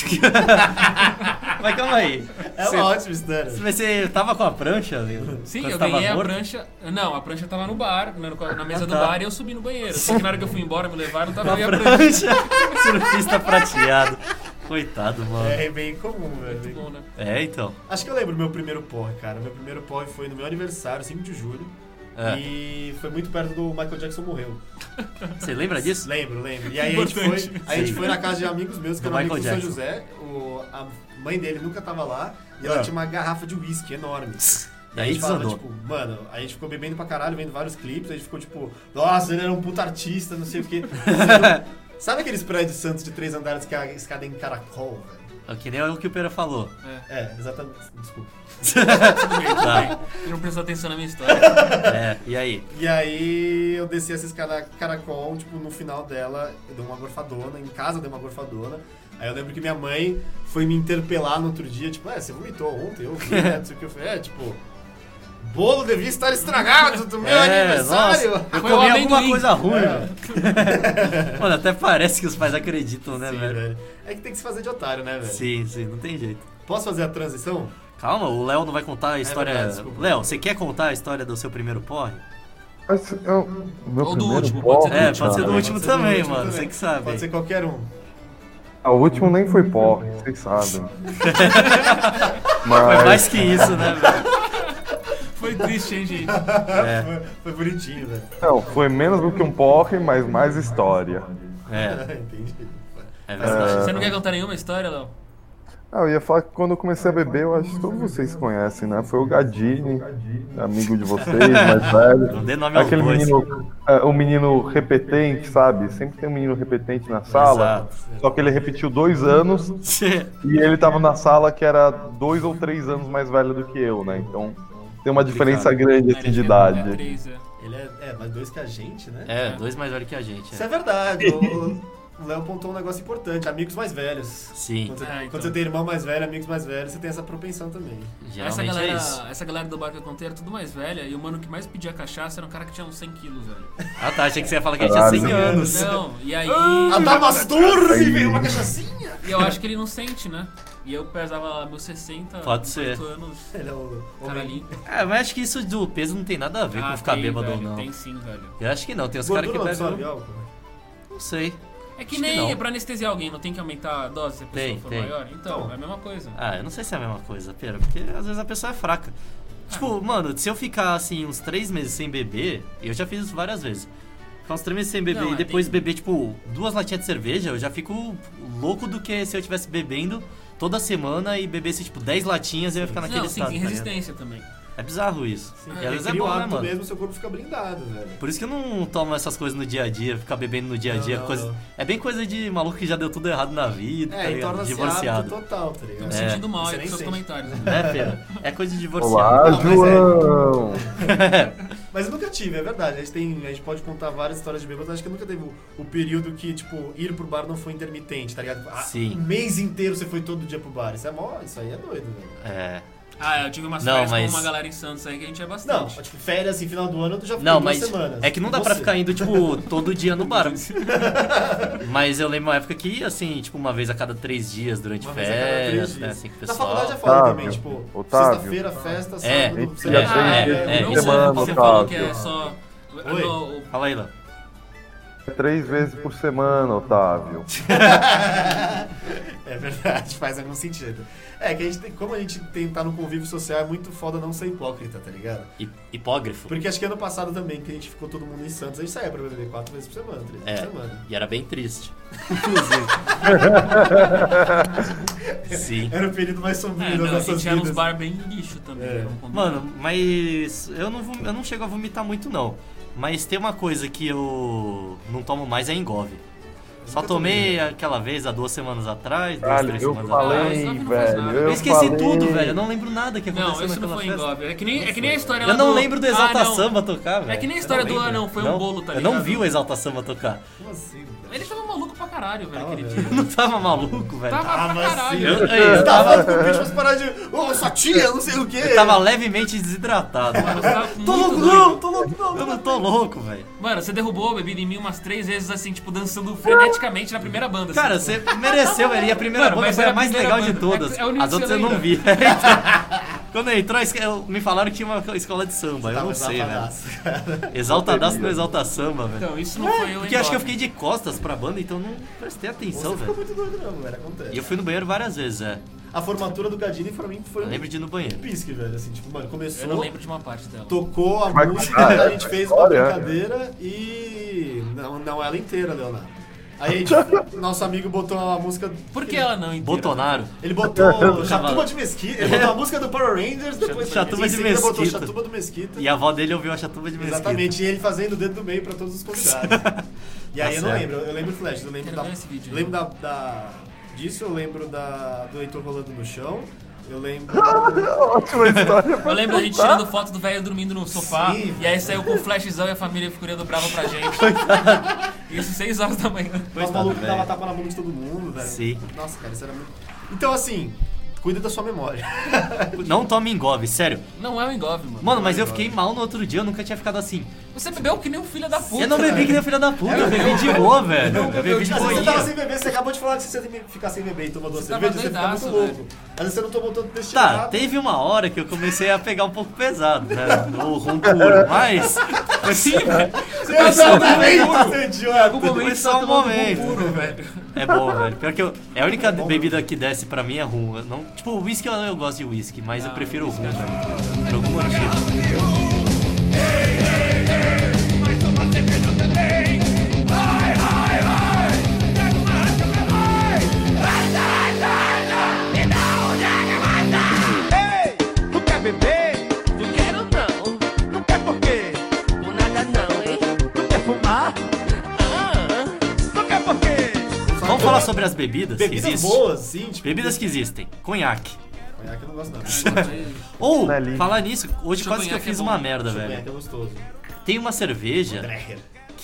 Mas calma aí. É Você- uma ótima história. Mas você tava com a prancha? Leandro? Sim, Quando eu você tava ganhei a morto? prancha. Não, a prancha tava no bar, na, na mesa Ah, do tá. bar e eu subi no banheiro. Só que na hora que eu fui embora, me levaram, tava Uma ali a prancha. prancha. Surfista prateado. Coitado, mano. É bem comum, velho. Muito bom, né? É, então. Acho que eu lembro do meu primeiro porre, cara. Meu primeiro porre foi no meu aniversário, cinco de julho. É. E foi muito perto do Michael Jackson morreu. Você lembra disso? Lembro, lembro. E aí a gente, foi, Importante. a gente Sim. foi na casa de amigos meus, que Do eram amigos do Michael São Jackson. José. O, a mãe dele nunca tava lá. E ela É. tinha uma garrafa de uísque enorme. E Daí a gente falava, desandou. tipo, mano, a gente ficou bebendo pra caralho, vendo vários clipes, a gente ficou tipo, nossa, ele era um puta artista, não sei o quê. Sabe aqueles prédios Santos de três andares que a escada é em caracol, velho? É que nem o que o Pera falou. É, exatamente. Desculpa. Tudo bem, tudo Tá. bem. Ele não prestou atenção na minha história. É, e aí? E aí eu desci essa escada caracol, tipo, no final dela, eu dei uma gorfadona, em casa eu dei uma gorfadona. Aí eu lembro que minha mãe foi me interpelar no outro dia, tipo, é, você vomitou ontem, eu vi, né, não sei o que. Eu falei, é, tipo, bolo devia estar estragado do meu É, aniversário. nossa, eu Foi comi o alguma amendoim. coisa ruim. É. Mano, até parece que os pais acreditam, né, Sim, velho? velho. É que tem que se fazer de otário, né, velho? Sim, sim, não tem jeito. Posso fazer a transição? Calma, o Léo não vai contar a história. verdade, desculpa. Léo, você quer contar a história do seu primeiro porre? Mas eu, o meu Ou do primeiro último, pode ser do porre, É, pode ser do cara, último Pode ser do também, último mano. também. Você que sabe. Pode ser qualquer um. Ah, o último nem foi porre, vocês sabem. Foi Mas mais que isso, né, velho? Foi triste, hein, gente? É, Foi, foi bonitinho, velho. não, foi menos do que um porre, mas mais história. é, Entendi. é verdade. Você não quer contar nenhuma história, Léo? Ah, eu ia falar que quando eu comecei a beber, eu acho que todos vocês conhecem, né? Foi o Gadini, amigo de vocês, mais velho. Não dê nome aos Aquele bois. menino, é, o menino repetente, sabe? Sempre tem um menino repetente na sala. Exato. Só que ele repetiu dois anos e ele tava na sala que era dois ou três anos mais velho do que eu, né? Então tem uma diferença grande assim, de É idade. três, é. Ele é, é, mais dois que a gente, né? É, dois mais velhos que a gente. Isso É. é verdade. O o Léo apontou um negócio importante, amigos mais velhos. Sim, Quando você, É, então. quando você tem irmão mais velho, amigos mais velhos, você tem essa propensão também. Essa geralmente galera, é isso. essa galera do bar que eu contei era tudo mais velha e o mano que mais pedia cachaça era um cara que tinha uns cem quilos, velho. Ah tá, achei que você ia falar que ele tinha cem Caralho. anos. Não, e aí. Ah, dá umas turmas e veio uma cachaçinha! E eu acho que ele não sente, né? E eu pesava meus sessenta, Pode ser. dezoito anos, Ele é o homem caralhinho. É, mas acho que isso do peso não tem nada a ver com ficar tem, bêbado velho, ou não. Tem sim, velho. Eu acho que não, tem os caras que Gordura não pegam. absorve álcool, né? Não sei. É que Acho que nem não. pra anestesiar alguém, não tem que aumentar a dose se a pessoa Tem, for tem. maior? Então, é a mesma coisa. Ah, eu não sei se é a mesma coisa, pera, porque às vezes a pessoa é fraca. Tipo, mano, se eu ficar assim uns três meses sem beber, e eu já fiz isso várias vezes. Ficar uns três meses sem beber Não, e é, depois tem- beber, tipo, duas latinhas de cerveja, eu já fico louco do que se eu estivesse bebendo toda semana e bebesse, tipo, dez latinhas e eu ia ficar naquele Não, sim, estado. tem tá ligado? resistência também. É bizarro isso. Sim, E ele às vezes é cria bom, um né, hábito mano? mesmo, seu corpo fica blindado, velho. Por isso que eu não tomo essas coisas no dia a dia, ficar bebendo no dia a Não, dia. não, coisa... não. É bem coisa de maluco que já deu tudo errado na vida, tá É, e ligado? torna-se Divorciado. hábito total, tá ligado? Tô me É. sentindo mal Você aí com nem seus sente. comentários. Né? Né, Pera? É coisa de divorciado. Olá, Não, mas é- João! Mas eu nunca tive, é verdade. A gente, tem, a gente pode contar várias histórias de bêbado, mas acho que nunca teve o, o período que, tipo, ir pro bar não foi intermitente, tá ligado? Ah, Sim. Um mês inteiro você foi todo dia pro bar. Isso é mó, isso aí é doido, velho. É. Ah, eu tive umas Não, férias mas- com uma galera em Santos aí que a gente é Não, bastante. tipo, férias, assim, final do ano, tu já ficou Não, duas mas semanas. é que não dá pra Você. ficar indo, tipo, todo dia no bar. Mas eu lembro uma época que, assim, tipo, uma vez a cada três dias durante Uma vez a cada três férias, dias. né, assim, com o Na pessoal. faculdade é foda Otávio, também, tipo, Otávio. sexta-feira, festa, É, sábado, é, você é, vai- é, Ah, é, o é, meu semana, você falou que Otávio. é só... Oi? No- o- Fala aí, Léo. Três vezes por semana, Otávio. É verdade, faz algum sentido. É que a gente tem, como a gente tem, tá no convívio social, é muito foda não ser hipócrita, tá ligado? Hi- Hipógrafo. Porque acho que ano passado também, que a gente ficou todo mundo em Santos, a gente saía pra beber quatro vezes por semana, três vezes É, por semana. e era bem triste. Inclusive. Sim. Era o período mais sombrio É, das não, a nossas gente ia nos vidas. bar bem lixo também. É. vamos combinar. Mano, mas eu não, vom- eu não chego a vomitar muito, não. Mas tem uma coisa que eu não tomo mais é engove. Só nunca tomei aquela vez há duas semanas atrás, duas, Caralho, três eu semanas Ah, falei, isso não faz velho. nada. Eu, Eu esqueci falei. tudo, velho. Eu não lembro nada que aconteceu Não, isso não naquela foi festa. engove. É que nem, é que nem a história lá Eu não do... lembro do Exalta Ah, não. Samba tocar, velho. É que nem a história Eu do não Ah, lembro. não, foi Não, um bolo, tá eu ligado? não vi o Exalta Samba tocar. Como assim, velho? Ele tava maluco pra caralho, velho, Tava, aquele velho. dia. Eu não tava maluco, velho. Tava Ah, pra mas caralho. sim. Eu, Eu, eu, eu tava, tava com o bicho pra parar de. Ô, sua tia, não sei o quê. eu tava levemente desidratado. Mano, você tava Tô muito louco doido. não, tô louco não. Eu não tô louco, velho. Mano, você derrubou a bebida em mim umas três vezes, assim, tipo, dançando freneticamente na primeira banda. Cara, assim, você mereceu, velho. E a primeira Mano, banda mas foi era a mais a primeira legal de banda. todas. É- é a única As que outras você eu não lembra. vi. Quando entrou, a escola- me falaram que tinha uma escola de samba. Eu Tava não sei, velho. exaltadaço, cara. Exaltadaço no Exalta Samba, velho. Então, isso não foi eu, Porque eu acho que eu fiquei de costas pra banda, então não prestei atenção, Você ficou velho. muito doido, não, velho. Acontece. E eu fui no banheiro várias vezes, é. A formatura do Gadini, pra mim, foi Eu lembro de ir no banheiro. um pisque, velho. Assim, tipo, mano, começou. Eu não lembro de uma parte dela. Tocou a Vai música, contar, a é, gente a fez uma história, é. brincadeira e. Não, não ela inteira, Leonardo. Aí a gente, nosso amigo botou a música. Por que ela não inteira? Botonaro. Ele botou Chatuba de Mesquita, ele botou a música do Power Rangers, depois Chatuba em de seguida botou Mesquita. Chatuba do Mesquita. E a avó dele ouviu a chatuba de mesquita. Exatamente, e ele fazendo o dedo do meio pra todos os convidados. E aí Tá eu não certo. lembro, eu lembro Flash, eu lembro Quero da. ver esse vídeo. Eu lembro da, da- disso, eu lembro da, do Heitor rolando no chão, eu lembro. Ótima história. Eu lembro da gente tirando foto do velho dormindo no sofá. Sim, e aí saiu com o flashzão e a família ficou olhando brava pra gente. Isso seis horas da manhã. Os Coitado, malucos velho. davam tapa na bunda de todo mundo, velho. Sim. Nossa, cara, isso era muito. Então, assim, cuida da sua memória. Não tome engove, sério. Não é um engove, mano. Mano, mas eu fiquei mal no outro dia, eu nunca tinha ficado assim. Você bebeu que nem um filho da puta. Eu não bebi que nem filha da puta, eu bebi de boa, velho. Eu bebi de Às vezes você tava boinha. sem beber, você acabou de falar que você tem que ficar sem beber e tomou duas Você tava cervejas, você fica muito doidaço, louco. Às vezes você não tomou tanto destilado. Tá, teve uma hora que eu comecei a pegar um pouco pesado, né? O rum puro, mas. Sim, velho. Você exatamente, seu idiota. Foi só um momento. Puro, velho. É bom, velho. Pior que eu. É a única bebida que desce pra mim é rum. Eu não, tipo, o whisky eu, eu gosto de whisky, mas eu prefiro o rum, velho. Por algum motivo. Ai, ai, ai, só Vamos que- falar sobre as bebidas, que Bebidas existem. boas, sim. Tipo, Bebidas que existem. Conhaque. Conhaque eu não gosto nada. Ou, Não é lindo. falar nisso, hoje quase que eu Conhaque fiz é bom. uma merda, Conhaque velho. é gostoso. Tem uma cerveja Dreher.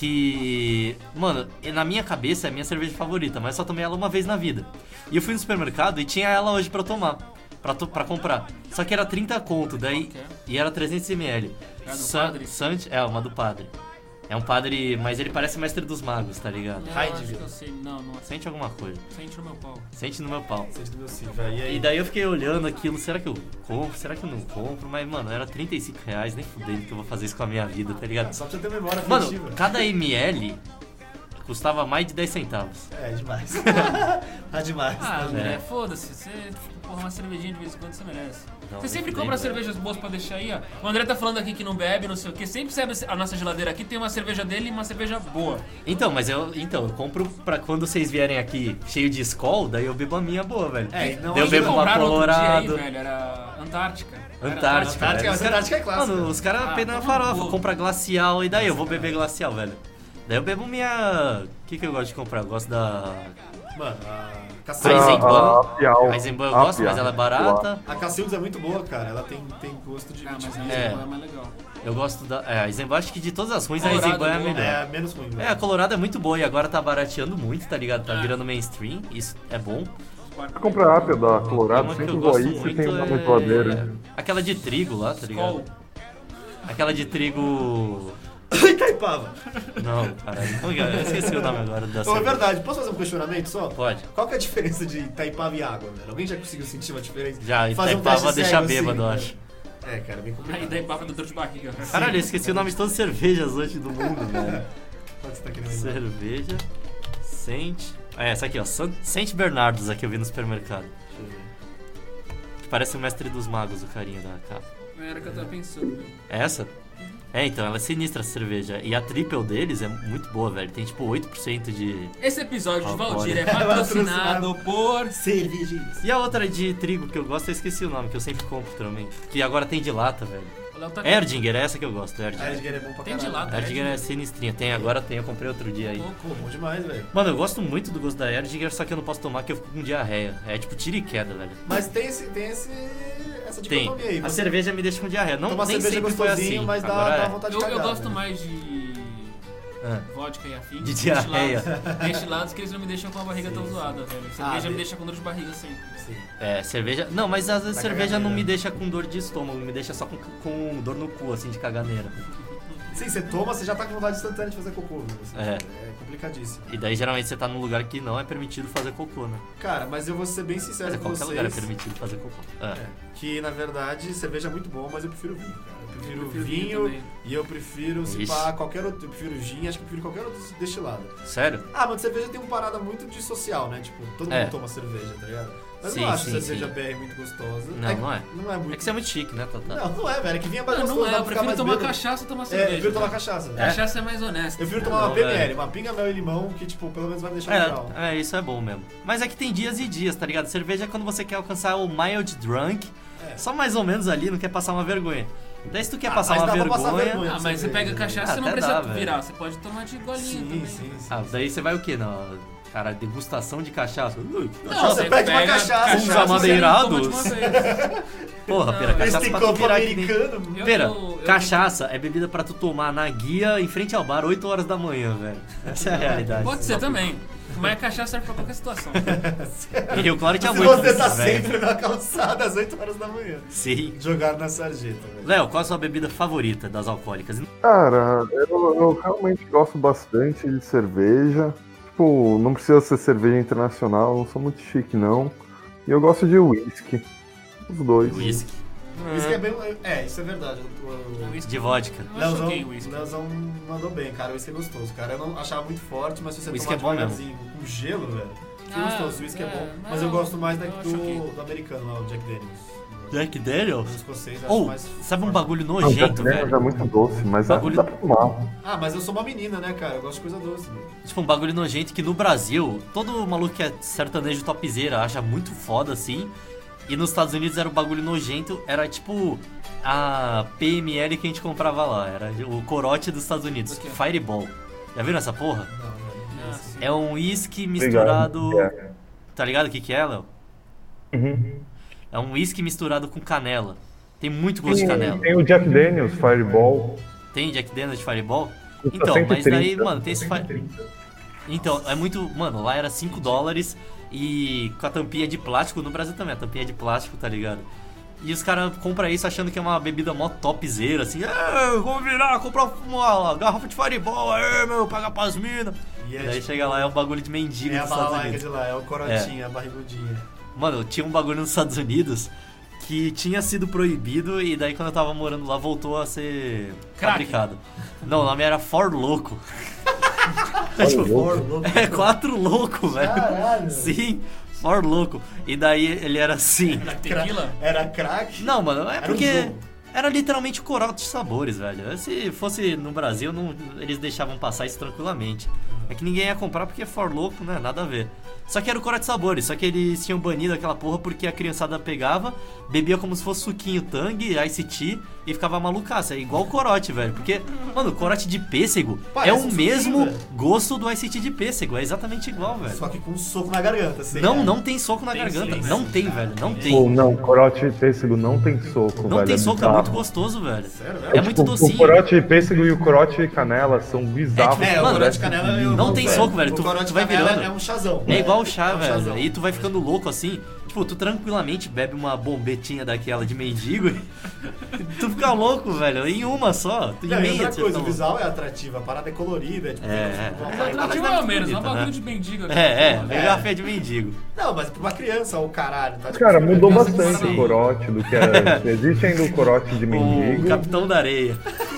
que, mano, na minha cabeça é a minha cerveja favorita, mas só tomei ela uma vez na vida. E eu fui no supermercado e tinha ela hoje pra eu tomar, pra, to- pra comprar. Só que era trinta conto, daí, Qual que é? e era trezentos mililitros. É a do Sa- padre? Sant- é, uma do padre. É um padre, mas ele parece mestre dos magos, tá ligado? Eu Raid, acho que viu? eu sei. Não, não é. Sente alguma coisa. Sente no meu pau. Sente no meu pau. Sente do meu sim, velho. E aí? E daí eu fiquei olhando aquilo, será que eu compro? Será que eu não compro? Mas, mano, era trinta e cinco reais, nem fudendo que eu vou fazer isso com a minha vida, tá ligado? Só pra você ter memória Mano, afetiva. cada ml custava mais de dez centavos. É, demais. é demais. Ah, né? André, É. foda-se. Você, porra, uma cervejinha de vez em quando você merece. Não, Você sempre nem compra fudendo, cervejas boas pra deixar aí, ó. O André tá falando aqui que não bebe, não sei o quê. Sempre serve a nossa geladeira aqui, tem uma cerveja dele e uma cerveja boa. Então, mas eu, então, eu compro pra quando vocês vierem aqui cheio de Skol, daí eu bebo a minha boa, velho. É, e não Daí eu ajuda bebo a uma compraram outro dia aí, Colorado. velho, era Antártica. Era Antártica. Antártica, velho. mas Os cara- Antártica é clássica. Mano, os caras Ah, pedem na toma farofa, no cu. compra glacial e daí eu vou beber glacial, velho. Daí eu bebo minha. O que, que eu gosto de comprar? Eu gosto da. Mano, a A Cacildes, Eisenbahn. a Piau. A Eisenbahn eu A gosto, mas Piau. ela é barata. a Cacildes é muito boa, cara. Ela tem, tem gosto de Ah, mas a vitiligo. É. Eisenbahn é mais legal. Eu gosto da. É, a Eisenbahn, acho que de todas as ruins, a Colorado Eisenbahn é a é boa. melhor. É, menos ruim, velho. É, a Colorado é muito boa e agora tá barateando muito, tá ligado? Tá É. virando mainstream, isso é bom. Você compra a Apia da E Colorado, uma que sempre eu vou gosto aí, você muito tem uma é... geladeira. Aquela de trigo lá, tá ligado? Skol. Aquela de trigo... Itaipava. Não, caralho. Como que é? Eu esqueci o nome agora da Então, é cerveja. verdade. Posso fazer um questionamento só? Pode. Qual que é a diferença de Itaipava e água, velho? Alguém já conseguiu sentir uma diferença? Já, Fazer um Itaipava teste deixa cego, bêbado, eu assim, acho. né? É, cara, bem complicado. Aí daí papo do dor de barriga. Caralho, eu esqueci o nome de todas as cervejas hoje do mundo, velho. Qual que você tá querendo lembrar? Cerveja... Saint... É, essa aqui, ó. San- Saint Bernardos, aqui eu vi no supermercado. Deixa eu ver. Que parece o mestre dos magos, o carinha da capa. Era o que eu tava pensando. É essa? É, então, ela é sinistra essa cerveja. E a triple deles é muito boa, velho. Tem tipo oito por cento de... Esse episódio de Agora. Valdir é patrocinado por... Cervejinhas. E a outra de trigo que eu gosto, eu esqueci o nome, que eu sempre compro também. Que agora tem de lata, velho. O Léo tá Erdinger, é essa que eu gosto, A Erdinger. Erdinger é bom pra Tem de caralho. lata. Erdinger é sinistrinha. Tem, agora tem, eu comprei outro dia aí. Pô, bom demais, velho. Mano, eu gosto muito do gosto da Erdinger, só que eu não posso tomar que eu fico com diarreia. É tipo tiro e queda, velho. Mas tem, esse, tem esse, essa Tem. dicotomia aí. A Você cerveja me deixa com diarreia. Não, toma nem cerveja sempre foi gostosinho, assim. mas dá, Agora dá é. vontade Eu, de eu cagar. gosto né? mais de Ah. vodka e afim. De diarreia. Destilados, destilados que eles não me deixam com a barriga tão zoada, velho. Cerveja Ah, me de- deixa com dor de barriga sempre. Sim. É, cerveja... Não, mas às vezes Da cerveja caganeira. não me deixa com dor de estômago, me deixa só com, com dor no cu, assim, de caganeira. Sim, você toma, você já tá com vontade instantânea de fazer cocô. Né? Assim, É. é complicadíssimo. E daí geralmente você tá num lugar que não é permitido fazer cocô, né? Cara, mas eu vou ser bem sincero Mas com qualquer vocês. lugar é permitido fazer cocô. Ah. É, que na verdade cerveja é muito bom, mas eu prefiro vinho, cara. Eu prefiro, Eu prefiro vinho vinho, também. e eu prefiro, se Ixi. pá, qualquer outro. Eu prefiro gin, acho que eu prefiro qualquer outro destilado. Sério? Ah, mas cerveja tem uma parada muito de social, né? Tipo, todo É. mundo toma cerveja, tá ligado? Mas Sim, eu não acho sim, cerveja sim. B R muito gostosa. Não, não é. Não é muito. É que você é muito chique, né, Tata? Não, não é, velho. É que vinha mais Não, gostoso, não é, dá eu pra ficar prefiro mais tomar bêbado. cachaça ou tomar É, eu cerveja. prefiro tomar cachaça. velho. Cachaça é mais honesta. Eu prefiro tomar Não, uma P M L, velho. uma pinga, mel e limão, que, tipo, pelo menos vai deixar legal. É, é, isso é bom mesmo. Mas é que tem dias e dias, tá ligado? Cerveja é quando você quer alcançar o mild drunk, É. só mais ou menos ali, não quer passar uma vergonha. Daí se tu quer Ah, passar mas uma dá pra vergonha... passar vergonha. Ah, mas você pega cachaça, Ah, você não até precisa dá, velho. virar. Você pode tomar de golinho Sim, também. sim, sim. Ah, daí você vai o quê? Na, cara, degustação de cachaça? Ui, Não, cachaça. você pega uma cachaça, Uns você não amadeirados. toma de uma vez. Porra, pera, Não, cachaça Esse pra tu copo virar que nem... americano. Eu- Pera, eu- eu- cachaça é bebida pra tu tomar na guia em frente ao bar oito horas da manhã, velho. Essa é a realidade. Pode ser também. Mas a cachaça serve pra qualquer situação. E Rio Claro tinha Se muito você tá desses, velho. sempre na calçada às oito horas da manhã. Sim. Jogar na sarjeta, velho. Léo, qual a sua bebida favorita das alcoólicas? Cara, eu, eu realmente gosto bastante de cerveja. Tipo, não precisa ser cerveja internacional, não sou muito chique não. E eu gosto de whisky. Os dois. Whisky. Isso que é bem. É, isso é verdade. O- o- Whisky- De vodka. Eu Leozão, choquei o whisky. Leozão mandou bem, cara. O uísque é gostoso, cara. Eu não achava muito forte, mas se você Whisky tomar é bom devagarzinho com gelo, velho. Que Ah, gostoso, o uísque é, é, bom. mas Mas eu eu- gosto mais da, eu acho que- do, do americano lá, o Jack Daniels. Jack Daniels? O escocês eu acho Ou, mais. sabe um forte. bagulho Não, nojento, Jack Daniels é velho? muito doce, mas dá, Bagulho- dá pra tomar. Ah, mas eu sou uma menina, né, cara? Eu gosto de coisa doce, velho. Tipo, um bagulho nojento que no Brasil, todo maluco que é sertanejo topzeira acha muito foda, assim. E nos Estados Unidos era um bagulho nojento, era tipo a P M L que a gente comprava lá. Era o corote dos Estados Unidos, Do quê? Fireball. Já viram essa porra? Não, velho. Ah, assim. É um whisky misturado... Obrigado. É. Tá ligado o que que é, Léo? Uhum. É um whisky misturado com canela. Tem muito gosto de canela. Tem o Jack Daniels, Fireball. Tem Jack Daniels de Fireball? Custa Então, mas cento e daí, trinta. mano, tem esse... Fi... Então, é muito... Mano, lá era cinco dólares e com a tampinha de plástico. No Brasil também, a tampinha de plástico, tá ligado? E os caras compram isso achando que é uma bebida mó topzera, assim. É, vamos virar, comprar uma garrafa de Fireball, é, meu, pagar pras minas. E é, Daí tipo, chega lá, é um bagulho de mendigo É a dos Estados balalaica Unidos. de lá, é o corotinha, a barrigudinha. Mano, tinha um bagulho nos Estados Unidos que tinha sido proibido e daí quando eu tava morando lá voltou a ser Crack. fabricado. Não, o nome era For Loco. Olha, For louco. É quatro louco, velho. Caralho. Sim, For Loco. E daí ele era assim. Na tequila? Era crack? Não, mano, é Era um porque jogo. era literalmente corote de sabores, velho. Se fosse no Brasil, não, eles deixavam passar isso tranquilamente. É que ninguém ia comprar porque é For Loco, né? Nada a ver. Só que era o corote de sabores, só que eles tinham banido aquela porra porque a criançada pegava, bebia como se fosse suquinho Tang, Ice Tea e ficava malucaça. É igual o corote, velho. Porque, mano, o corote de pêssego Parece é um o suquinho, mesmo velho. gosto do Ice Tea de pêssego. É exatamente igual, velho. Só que com um soco na garganta, assim. Não, né? não tem soco na Tem garganta. sim, não sim, tem, cara. velho. Não Pô, tem. Pô, não, corote de pêssego não tem soco, Não velho. tem é soco, é bizarro. muito gostoso, velho. Sério, É velho? muito Tipo, docinho. O corote de pêssego e o corote de canela são bizarros. É, o Mano, corote de canela eu não tem velho. soco, velho. O Tu- corote tu de vai canela virando. é um chazão. É igual o chá, É um velho. chazão. E tu vai ficando louco assim. Tipo, tu tranquilamente bebe uma bombetinha daquela de mendigo e tu fica louco, velho. Em uma só. Tu Não, e emenda, outra você coisa, tá o visual é atrativo, a parada é colorida. Tipo, É, tipo, uma é. parada- Mas atrativo é é o muito menos, é um bonita, bagulho né? de mendigo aqui. É, é, Porra. vem garrafinha de mendigo. Não, mas pra uma criança, o caralho, tá? Tipo, Cara, mudou criança bastante com o corote do que era. Existe ainda o corote de O mendigo. Capitão da Areia.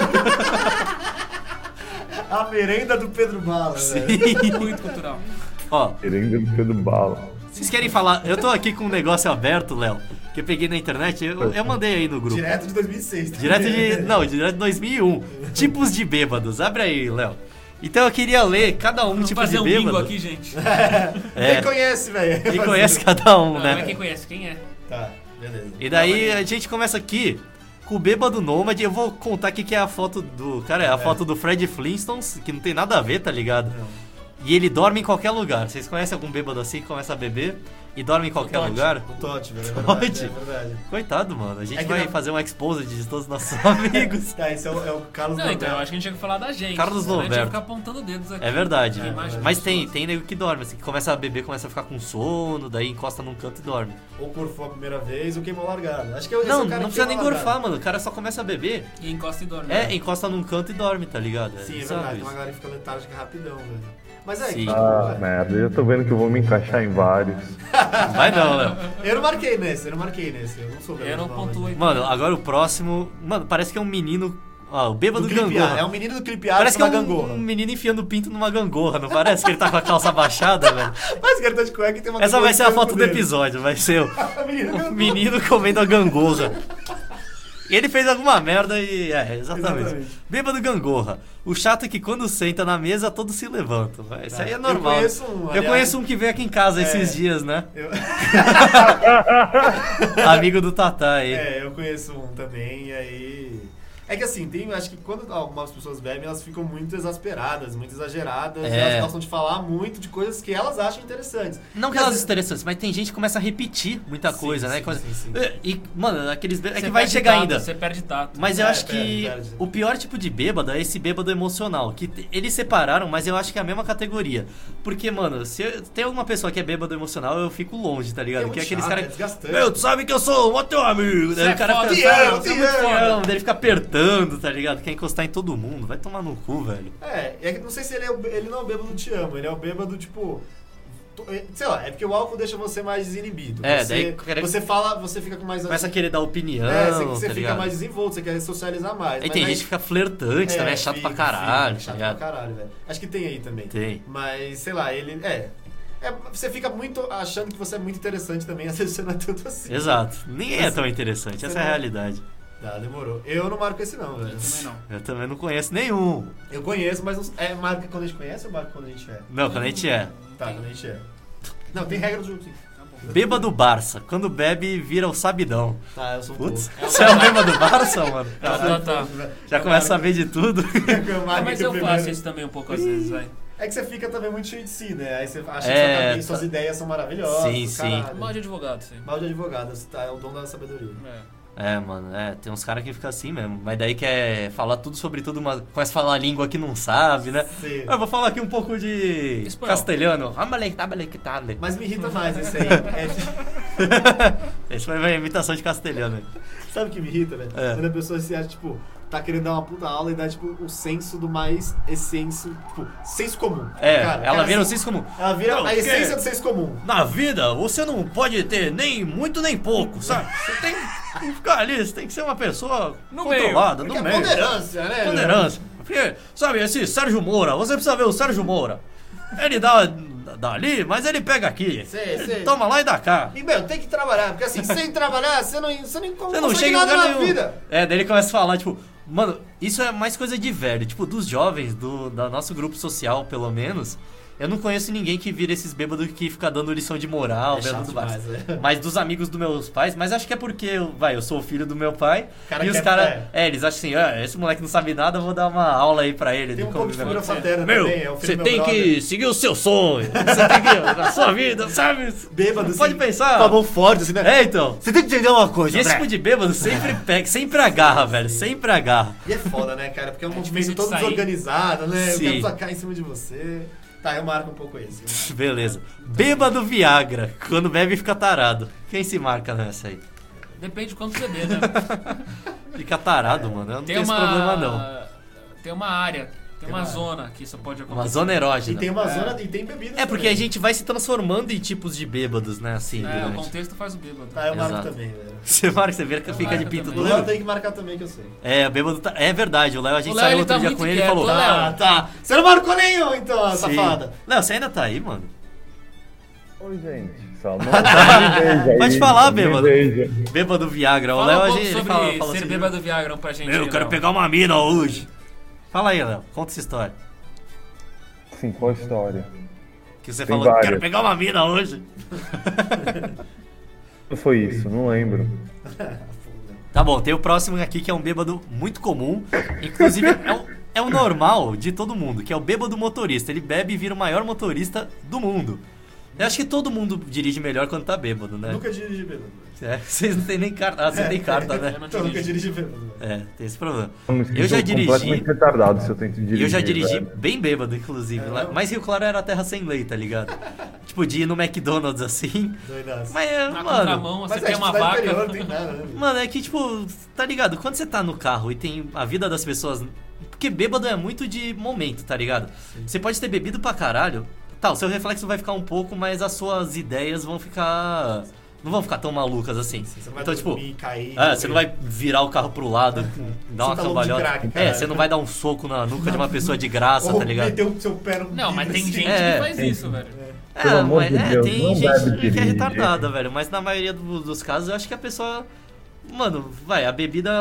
A merenda do Pedro Bala, velho. Muito cultural. Ó, Querendo do Pedro Bala. vocês querem falar? Eu tô aqui com um negócio aberto, Léo, que eu peguei na internet. Eu, eu mandei aí no grupo. Direto de dois mil e seis. tá Direto ligado? de. Não, direto de dois mil e um. Tipos de bêbados. Abre aí, Léo. Então eu queria ler cada um Vamos tipo fazer de um bingo bêbado. aqui, gente. É. Quem conhece, velho? Quem conhece cada um, Não, não é né? quem conhece, quem é? Tá, beleza. E daí a gente começa aqui com o bêbado nômade. Eu vou contar aqui que é a foto do. Cara, é a foto do Fred Flintstones, que não tem nada a ver, tá ligado? E ele dorme em qualquer lugar. Vocês conhecem algum bêbado assim que começa a beber e dorme em qualquer Totti. lugar? O Totti, velho. É Totti? verdade, é verdade. Coitado, mano. A gente É que vai não- fazer um exposed de todos os nossos amigos. Tá, esse é o, é o Carlos Não, então, Nobel. eu acho que a gente tinha que falar da gente. Carlos senão A gente Norberto. ia ficar apontando dedos aqui. É verdade. Tem mais Mas pessoas. tem, tem nego que dorme, assim, que começa a beber, começa a ficar com sono, daí encosta num canto e dorme. Ou gorfou a primeira vez ou queimou largado. Acho que esse é Não, o cara não que precisa nem queima gorfar, largado. mano. O cara só começa a beber, E encosta e dorme. é, encosta num canto e dorme, tá ligado? Sim, é bizarro verdade. Tem isso. uma galera que fica letárgica rapidão, velho. Mas é, Sim. tipo, Ah, é. merda, eu já tô vendo que eu vou me encaixar em vários. Vai não, Léo. Eu não marquei nesse, eu não marquei nesse. Eu não sou Eu não pontuei. Mano, agora o próximo. Mano, parece que é um menino. Ó, o bêbado Do do clipe A, gangorra. é um menino do clipe A Parece que é numa um, gangorra. um menino enfiando o pinto numa gangorra, não parece que ele tá com a calça baixada, velho? Mas o cara tá de cueca e tem uma Essa gangorra vai ser a no foto do dele. episódio, vai ser o, A menina o gangorra. menino comendo a gangorra. Ele fez alguma merda e. É, exatamente. Exatamente. Bêbado gangorra. O chato é que quando senta na mesa, todos se levantam. Vai. Isso aí é Eu normal. conheço um, Eu aliás. conheço um que veio aqui em casa É. esses dias, né? Eu... Amigo do Tatá aí. É, eu conheço um também, e aí... É que assim, tem, acho que quando algumas pessoas bebem, elas ficam muito exasperadas, muito exageradas, É. e elas gostam de falar muito de coisas que elas acham interessantes. Não que E às elas vezes- interessantes, mas tem gente que começa a repetir muita Sim, coisa, né? sim, Coisa- sim, sim. E, mano, aqueles. bê- É Você que vai perde chegar tato, ainda. Você perde tato. Mas eu É, acho que perde, perde. o pior tipo de bêbado é esse bêbado emocional. Que te- eles separaram, mas eu acho que é a mesma categoria. Porque, mano, se eu- tem alguma pessoa que é bêbado emocional, eu fico longe, tá ligado? É que é muito aqueles chato, caras. é desgastante. Meu, tu sabe que eu sou o teu amigo. Daí Você o cara é foda, fica. te "Sabe, amo, você é te muito amo." foda." Daí ele fica apertando, tá ligado? Quer encostar em todo mundo. Vai tomar no cu, velho. É, é que não sei se ele, é o, ele não é o bêbado te amo, ele é o bêbado, tipo... to- é, Sei lá, é porque o álcool deixa você mais desinibido. É, você, daí quer- você fala, você fica com mais... Começa a querer dar opinião. É, você, você tá fica ligado? mais desenvolto, você quer socializar mais. Aí mas tem gente que fica flertante também, é chato fica, pra caralho, fica, tá chato ligado? pra caralho, velho. Acho que tem aí também. Tem. Mas, sei lá, ele... É, é, você fica muito achando que você é muito interessante também, às vezes você não é tanto assim. Exato. Ninguém é tão interessante, essa é a não- realidade. Ah, demorou. Eu não marco esse não, velho. Também não. Eu também não conheço nenhum. Eu conheço, mas não, é marca quando a gente conhece ou marca quando a gente é? Não, quando a gente é. Tá, quando a gente é. Não, tem regra do jogo sim. Bêbado Barça. Quando bebe, vira o sabidão. Tá, eu sou um Putz, pouco. você é o bêbado Barça, mano? Tá, tá, tá. Já começa a saber de tudo. Eu Ah, marco mas aqui eu primeiro. faço isso também um pouco às vezes, vai. É que você fica também muito cheio de si, né? Aí você acha É, que sua cabeça, tá. suas ideias são maravilhosas. Sim, sim. caralho. Mal de advogado, sim. Mal de advogado, tá? É o dom da sabedoria. É. É, mano, é, tem uns caras que ficam assim mesmo. Mas daí quer falar tudo sobre tudo, mas começa a falar a língua que não sabe, né? Sim. Eu vou falar aqui um pouco de Espanhol. castelhano. Mas me irrita mais esse aí. É, Esse foi uma imitação de castelhano. sabe o que me irrita, velho? É. Quando a pessoa se acha, tipo, tá querendo dar uma puta aula e dá, tipo, o senso do mais essência, tipo, senso comum. É, Cara, ela cara, vira o assim, senso comum. Ela vira Não, a porque- essência do senso comum. Na vida, você não pode ter nem muito nem pouco, sabe? Você tem que ficar ali, você tem que ser uma pessoa No controlada, Porque no é meio. ponderância, né? Ponderância. Porque, sabe, esse Sérgio Moura, você precisa ver o Sérgio Moura. Ele dá, dá ali, mas ele pega aqui. Sei, ele sei. toma lá e dá cá. E, meu, tem que trabalhar, porque assim, sem trabalhar, você não, você não, Você não consegue chega em nada lugar na nenhum. vida. É, daí ele começa a falar, tipo, mano, isso é mais coisa de velho. Tipo, dos jovens, do, do nosso grupo social, pelo menos, eu não conheço ninguém que vira esses bêbados que fica dando lição de moral, É vendo chato tudo mais. demais, é. Mas dos amigos dos meus pais, mas acho que é porque, eu- vai, eu sou o filho do meu pai, Cara e os quer- caras, é. é, eles acham assim, ah, esse moleque não sabe nada, eu vou dar uma aula aí pra ele. Tem de um pouco de convivência. figura fraterna Meu, também, é o filho você do meu tem que brother. seguir o seu sonho, você tem que, na sua vida, sabe? Bêbado, Não pode assim, pensar. com a mão forte, assim, né? É, então. Você tem que entender uma coisa, E esse André. tipo de bêbado sempre pega, sempre agarra, velho, sempre agarra. E é foda, né, cara? Porque é um difícil movimento de todo sair. desorganizado, né? Sim. O cara precisa cair em cima de você. Tá, eu marco um pouco esse. Beleza. Bêbado Viagra. Quando bebe fica tarado. Quem se marca nessa aí? Depende de quanto beber, né? Fica tarado, mano. Eu não Tem tenho uma... esse problema, não. Tem uma área, tem, Tem uma uma- zona que isso pode acontecer. Uma zona E erógena. tem uma zona e tem bebidas É porque também. a gente vai se transformando em tipos de bêbados, né? Assim, É, o durante. contexto faz o bêbado. Tá, eu marco Exato. também, velho. Você marca, você vê que Eu fica de marco pinto também. O do Léo Léo. tem que marcar também, que eu sei. É, o bêbado tá... É verdade, o Léo, a gente O Léo, saiu ele outro tá dia muito com ele e quieto, falou... o Léo. Ah, tá. Você não marcou nenhum, então, Sim. safada. Léo, você ainda tá aí, mano? Oi, gente. Só não me veja aí, Pode falar, me bêbado. veja. Bêbado Viagra. O Fala Léo, um a pouco gente ele sobre fala, fala ser assim... bêbado Viagra pra gente. Meu, eu aí, quero Léo. pegar uma mina hoje. Fala aí, Léo. Conta essa história. Sim, qual a história? Que você Tem falou, várias. quero pegar uma mina hoje. Não foi isso, não lembro. Tá bom, tem o próximo aqui que é um bêbado muito comum. Inclusive, é o, é o normal de todo mundo, que é o bêbado motorista. Ele bebe e vira o maior motorista do mundo. Eu acho que todo mundo dirige melhor quando tá bêbado, né? Nunca dirigi bêbado. É, vocês não têm nem carta. Ah, você tem carta, né? Eu não Então, nunca dirijo. dirigi bêbado. velho. É, tem esse problema. Eu me sinto Eu já dirigi. completamente retardado se eu tento dirigir. E eu já dirigi velho. bem bêbado, inclusive. É Lá- mesmo? Mas Rio Claro era terra sem lei, tá ligado? Tipo, de ir no McDonald's assim. Doidaço. Mas, é, Na mano. contramão, você Mas tem é, uma cidade vaca. interior, não tem nada, né? Mano, é que, tipo, tá ligado? Quando você tá no carro e tem a vida das pessoas. Porque bêbado é muito de momento, tá ligado? Você pode ter bebido pra caralho. Tá, o seu reflexo vai ficar um pouco, mas as suas ideias vão ficar. Não vão ficar tão malucas assim. Você não vai Então, tipo. dormir, cair. Ah, você não vai virar o carro pro lado, dar uma Você tá louco de cambalhota. crack, É, caralho. você não vai dar um soco na nuca de uma pessoa de graça, Ou tá ligado? meter o seu pé no Não, mas tem vidro, gente assim. É, que faz tem- isso, velho. É, Pelo amor mas de é, Deus, tem não gente bebe que é dirigir. retardada, velho. Mas na maioria do- dos casos eu acho que a pessoa. Mano, vai, a bebida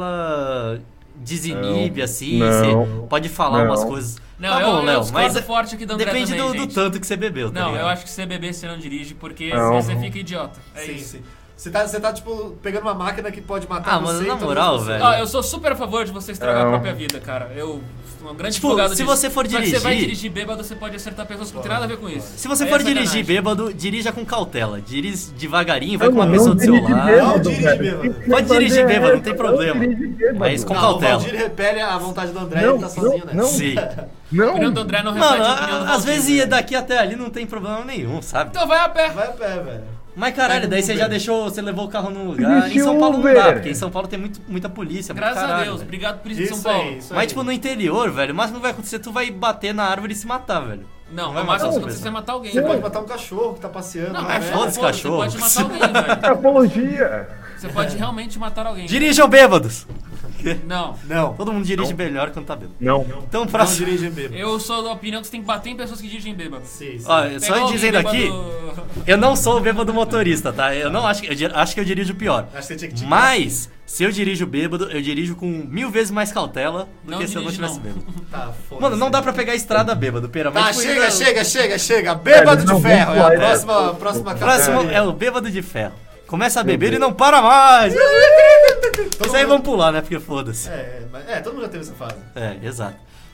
ela desinibe, Não, assim, não, você pode falar não. umas coisas. Não, tá eu, bom, eu Léo, discordo mas é- forte aqui do André depende também, do, do gente. tanto que você bebeu, tá Não, ligado? eu acho que se você beber, você não dirige, porque Não. você fica idiota. É Sim, isso. sim. Você tá, você tá, tipo, pegando uma máquina que pode matar Ah, você mano, e na todas moral, as pessoas. velho. Ó, eu sou super a favor de você estragar a Não. própria vida, cara. Eu sou um grande Tipo, advogado se disso. você for Só que você vai dirigir- dirigir bêbado, você pode acertar pessoas que não tem nada a ver com isso. Se você Aí for é dirigir sacanagem. bêbado, dirija com cautela. Dirige devagarinho, vai Eu com uma não pessoa do seu dirige lado. bêbado, Não dirige velho. bêbado. Que Pode dirigir coisa é bêbado, não essa? tem problema. Não dirige bêbado. Mas com Não, cautela. o Valdir repele a vontade do André, Não, ele tá sozinho, não, né? não. Sim. A Não, opinião do André não reflete Mano, a opinião do às Valdir, vezes ia velho. daqui até ali não tem problema nenhum, sabe? Então vai a pé. Vai a pé, velho. Mas caralho, Pega daí um você Uber. já deixou, você levou o carro num lugar. Existe Em São Paulo não Uber. dá, porque em São Paulo tem muito, muita polícia, muito Graças a caralho, Deus. velho. Obrigado por isso, de Isso São Paulo. aí, isso Mas aí. tipo, no interior, velho, o máximo que vai acontecer, tu vai bater na árvore e se matar, velho. Não, vai o matar máximo outra que você pessoa. vai matar alguém. Você velho. pode matar um cachorro que tá passeando. Não, na mas rua. foda-se, foda, cachorro. Você pode matar alguém, velho. apologia. Você pode realmente matar alguém. Dirijam bêbados! Não. Não, Todo mundo dirige melhor quando tá bêbado. Não. Então, não pra... dirige bêbado. Eu sou da opinião que você tem que bater em pessoas que dirigem bêbado. Sim, sim. Ó, Pegar só alguém dizendo aqui, bêbado- eu não sou o bêbado motorista, tá? Eu não acho que eu, di- acho que eu dirijo pior. Acho que você tinha que te Mas, se eu dirijo bêbado, eu dirijo com mil vezes mais cautela do Não que se eu não dirige, tivesse não. bêbado. Tá, foda-se. Mano, não dá pra pegar a estrada bêbado, pera. Mas, Tá, tipo, chega, ainda- chega, chega, chega. Bêbado É, não, de ferro. É a vamos lá, próxima, é. próxima Próximo categoria. é o bêbado de ferro. Começa a beber e não para mais. Todo Isso aí mundo- vamos pular, né? Porque foda-se. É, mas- é, todo mundo já teve essa fase. É, exato.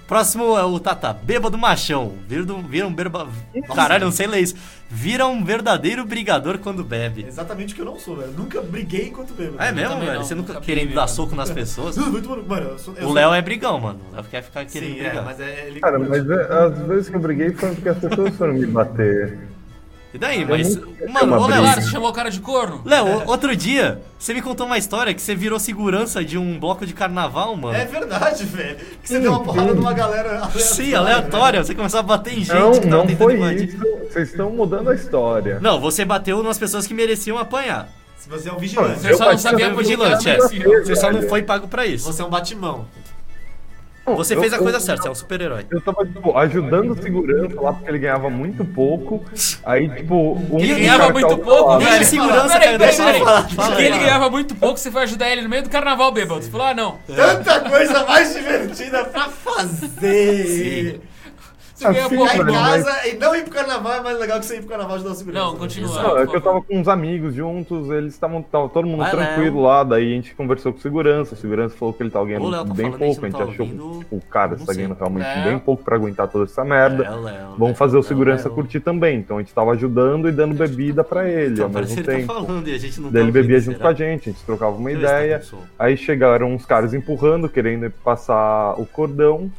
Próximo é o Tata, bêbado machão. Vira um, vira um berba... Caralho, não sei ler isso. Vira um verdadeiro brigador quando bebe. Exatamente o que eu não sou, velho. Eu nunca briguei enquanto bebo. Ah, é mesmo, também velho? não, Você nunca nunca querendo briguei, dar mano. soco nas pessoas? Não, muito bom. Mano, eu sou, eu O sou- Léo é brigão, mano. O Léo quer ficar querendo Sim, brigar. é, mas é, ele... Cara, mas é, às vezes que eu briguei foi porque as pessoas foram me bater. E daí? Mas, nunca quero mano, uma ô Léo, briga. Claro, você chamou o cara de corno? Léo, o- outro dia, você me contou uma história que você virou segurança de um bloco de carnaval, mano. É verdade, velho. Que você deu uma porrada numa galera aleatória. Sim, aleatória. Você começou a bater em gente Não, que tava não tentando foi invadir. isso. Vocês estão mudando a história. Não, você bateu nas pessoas que mereciam apanhar. Se você é um vigilante. Você só não bati sabia no por que vigilante, era é. possível. Você só não velho. foi pago pra isso. Você é um batimão. Você Eu- fez a eu- coisa certa, você é um super-herói. Eu tava, tipo, ajudando o segurança lá porque ele ganhava muito pouco. Aí, tipo, um Ele dos ganhava caras que muito tava pouco, lá- Deixa velho. a segurança, Peraí, cara, peraí, deixa ele peraí. falar. Fala Porque aí. ele ganhava muito pouco, você foi ajudar ele no meio do carnaval, bêbado. Você falou, ah, não. Tanta coisa mais divertida pra fazer. Você ganha Assim, pouco. Ficar em mano, mas- casa e não ir pro carnaval é mais legal que você ir pro carnaval ajudar o segurança. Não, continua. Exato. Não, é por que eu favor. tava com uns amigos juntos, eles estavam tava todo mundo Vai, tranquilo Léo. lá, daí a gente conversou com o segurança, o segurança falou que ele tava Ô, Léo, ganhando tá bem falando aí, pouco, você a não gente tá achou ouvindo? que tipo, cara, Não você tá sei. ganhando realmente Léo. bem pouco pra aguentar toda essa merda. Léo, Léo, Vamos Léo, fazer o Léo, segurança Léo. curtir também, então a gente tava ajudando e dando bebida pra ele Então, ao parece mesmo que ele tá tempo. falando e a gente não Daí tá ele bebia ouvindo, junto será? com a gente, a gente trocava uma Deixa eu ver se ideia. tá com som. Aí chegaram uns caras empurrando, querendo passar o cordão.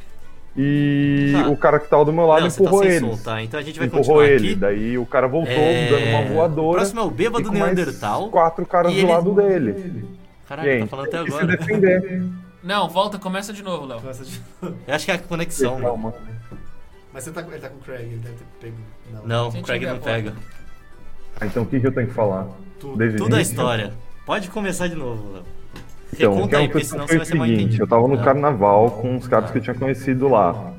E Tá. o cara que tava do meu lado Léo, você tá empurrou sem eles. som, tá? Então a gente vai Empurrou continuar ele. aqui. Daí o cara voltou, É, dando uma voadora. o próximo é o bêbado e com mais Neandertal. quatro caras E do ele- lado dele. Caralho, Gente, tá falando até tem que se agora. defender. Não, volta, começa de novo, Léo. Nossa, de- Eu acho que é a conexão, mano. Calma. Mas você tá, com- ele tá com o Craig, ele deve ter pego. Não, Se a o gente Craig tiver não a porta. pega. Ah, então o que, que eu tenho que falar? Tudo. Desde o Tudo a início? história. Pode começar de novo, Léo. Então, o que Reconta aí, porque aconteceu senão você foi vai o ser mal seguinte, entendido. eu tava no Ah. carnaval com uns caras que eu tinha conhecido lá.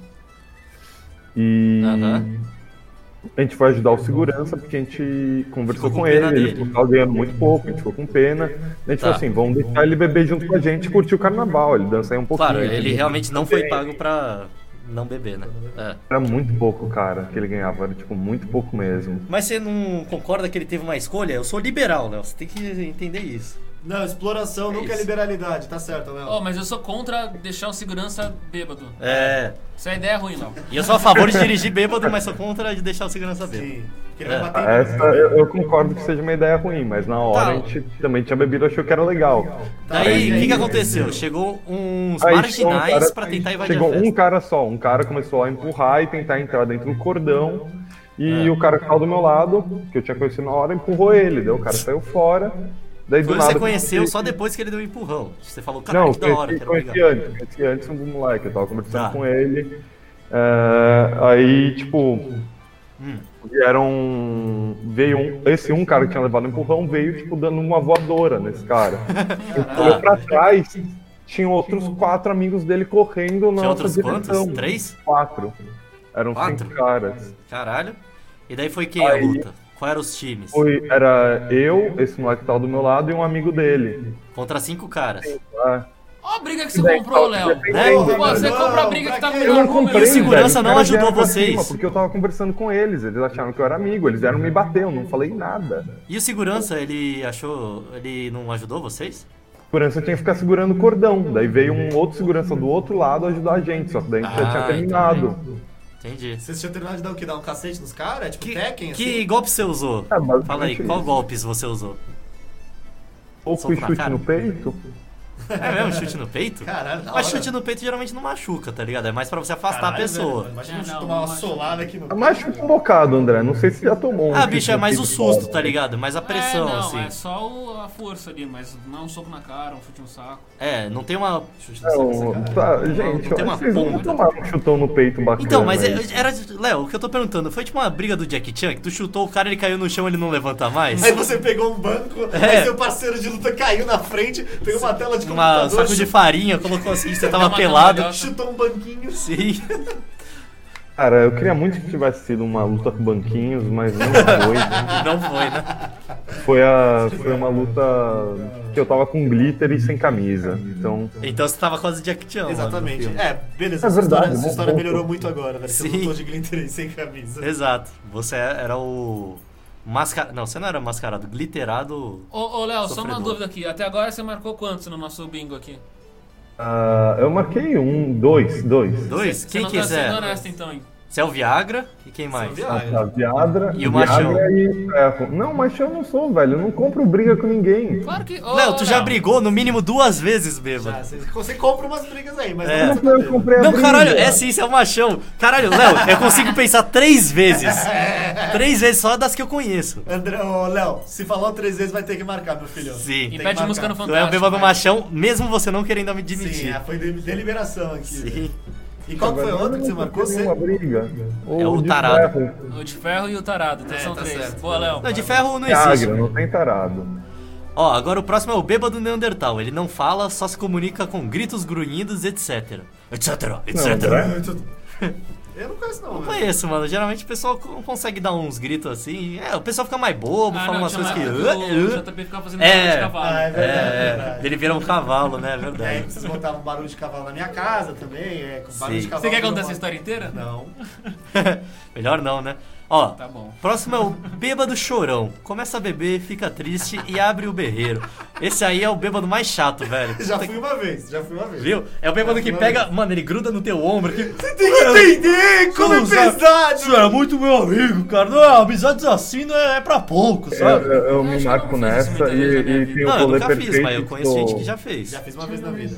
E Aham. a gente foi ajudar o segurança porque a gente conversou Ficou com com pena ele, ele dele. tava ganhando muito pouco, a gente ficou com pena. A gente Tá. falou assim, vamos deixar ele beber junto com a gente e curtir o carnaval, ele dança aí um pouquinho. Claro, ele realmente não foi Bem. pago pra não beber, né? É. Era muito pouco, cara, que ele ganhava, era tipo muito pouco mesmo. Mas você não concorda que ele teve uma escolha? Eu sou liberal, Léo. Você tem que entender isso. Não, exploração É nunca é isso. liberalidade, tá certo, Léo? Ó, mas eu sou contra deixar o segurança bêbado. É. Essa é a ideia ruim, Léo. E eu sou a favor de dirigir bêbado, mas sou contra de deixar o segurança bêbado. Sim. Porque ele É. vai bater em Essa eu, eu concordo que seja uma ideia ruim, mas na hora Tá. a gente também tinha bebido e achou que era legal. Daí, o Aí- que, que aconteceu? Chegou uns Aí marginais chegou um cara- pra tentar invadir Chegou a festa. um cara só, um cara começou a empurrar e tentar entrar dentro do cordão. E É. o cara que tava do meu lado, que eu tinha conhecido na hora, empurrou ele. Daí o cara saiu fora. Daí do Foi nada. você conheceu eu- só depois que ele deu um empurrão. Você falou, caralho, Não, que da hora, conheci, quero conheci brigar. antes, conheci antes um moleque, eu tava conversando Tá. com ele. É, aí, tipo. Hum. Vieram. Veio um. Esse um cara que tinha levado o empurrão veio, tipo, dando uma voadora nesse cara. Ele olhou pra trás, tinha outros quatro amigos dele correndo na Tinha nossa outros direção. quantos? Três? Quatro. Eram Quatro? cinco caras. Caralho. E daí foi quem Aí- a luta? Qual eram os times? Foi, era eu, esse moleque que tava do meu lado e um amigo dele. Contra cinco caras. Tá? Ó a briga que você Daí, comprou, tá, Léo. Né? Pô, você Não, compra a briga que tá pra com quê? o Eu não melhor comprei, E o segurança velho. não Os caras ajudou vieram pra vocês. cima, porque eu tava conversando com eles, eles acharam que eu era amigo, eles vieram me bater, eu não falei nada. E o segurança, ele achou. Ele não ajudou vocês? O segurança tinha que ficar segurando o cordão, daí veio um outro segurança do outro lado ajudar a gente, só que daí a gente já Ah, tinha terminado. Entendi. Vocês tinham terminado de dar o quê? Dar um cacete nos caras? É tipo Que, Tekken, que assim? golpe você usou? É, basicamente Fala aí, qual isso. golpes você usou? Pouco Soco e na chute cara? no peito. É mesmo? Chute no peito? Caralho, da Mas hora. chute no peito geralmente não machuca, tá ligado? É mais pra você afastar Caralho, a pessoa. velho, Imagina É, eu não, tomar uma não solada aqui no... Mas chute um bocado, André, não sei se já tomou um Ah, chute bicho, é no mais o peito susto, fora. tá ligado? Mais a pressão, é, não, assim. é só o- a força ali, mas não é um soco na cara, um chute no saco. É, não tem uma. Chute no saco, Não, sacanagem. tá, gente, Não tem eu uma acho que vocês vão ponta. tomar um chutão no peito bacana. Então, mas aí. é- era. Léo, o que eu tô perguntando, foi tipo uma briga do Jackie Chan, que tu chutou o cara, ele caiu no chão, ele não levanta mais? Aí você pegou um banco, É. aí seu parceiro de luta caiu na frente, pegou uma tela de Uma computador, saco de farinha, colocou assim, você tava uma pelado. cambalhota. chutou um banquinho. Sim. Cara, eu queria muito que tivesse sido uma luta com banquinhos, mas não foi. Não foi, né? Foi, a, foi uma luta que eu tava com glitter e sem camisa. Então, Então você tava quase Jackie Chan, mano, no Exatamente. filme. É, beleza, É essa verdade, história, essa bom história ponto. melhorou muito agora, velho. Você Sim. lutou de glitter aí sem camisa. Exato. Você era o. Mascar... Não, você não era mascarado, glitterado. Ô, ô Léo, só uma Sofredor. dúvida aqui. Até agora você marcou quantos no nosso bingo aqui? Ah, eu marquei um, dois, dois. Dois? Você Quem não que tá sendo é? honesto, então, hein? Você é o Viagra e quem mais? Você é o Ah, Viagra. tá, Viagra, E o machão? Viagra e ferro. Não, machão eu não sou, velho. Eu não compro briga com ninguém. Claro que... Ô, Léo, tu já Léo. brigou no mínimo duas vezes, Já, bêbado. você, você compra umas brigas aí, mas É. não Não, eu comprei a Não, briga. caralho, é sim, você é um machão. Caralho, Léo, eu consigo pensar três vezes. Três vezes só das que eu conheço. André, ô, Léo, se falou três vezes vai ter que marcar, meu filho. Sim. Tem que Impede marcar. música no Tu é Fantástico. um bêbado vai. machão, mesmo você não querendo me Sim, admitir. é, foi de- deliberação aqui. Sim. velho. E qual que foi a outra que você marcou? Você... Uma briga. É o de tarado. ferro. O de ferro e o tarado, então É, são tá três. certo. Boa, Léo. Não, de ferro não existe. Viagra, não tem tarado. Ó, agora o próximo é o bêbado Neandertal. Ele não fala, só se comunica com gritos grunhidos, etc. Etc, Não, etc. André? Eu não conheço não, Não velho. conheço, mano. Geralmente o pessoal não consegue dar uns gritos assim. É, o pessoal fica mais bobo, Ah, fala não, umas tinha coisas uma que. época que o Uh, uh. J P ficava fazendo É. barulho de cavalo. Ah, é verdade, é É, verdade. ele vira um cavalo, né? É E aí verdade. vocês botavam barulho de cavalo na minha casa também, é, com barulho Sim. de cavalo. Você quer contar não- essa história inteira? Não. Melhor não, né? Ó, Tá bom. próximo é o bêbado chorão. Começa a beber, fica triste e abre o berreiro. Esse aí é o bêbado mais chato, velho. Já fui uma vez, já fui uma vez. Viu? É o bêbado que pega. Mano, ele gruda no teu ombro. Que... Tem que entender como é pesado. Isso é muito meu amigo, cara. Não, amizades assim não é, é pra pouco, Eu, sabe? eu- eu Eu me acho que marco eu não fiz isso nessa muitas e, vezes na minha e vida. tem o Não, eu rolê nunca perfeito. fiz, mas eu conheço do- gente que já fez. Já fiz uma vez na vida.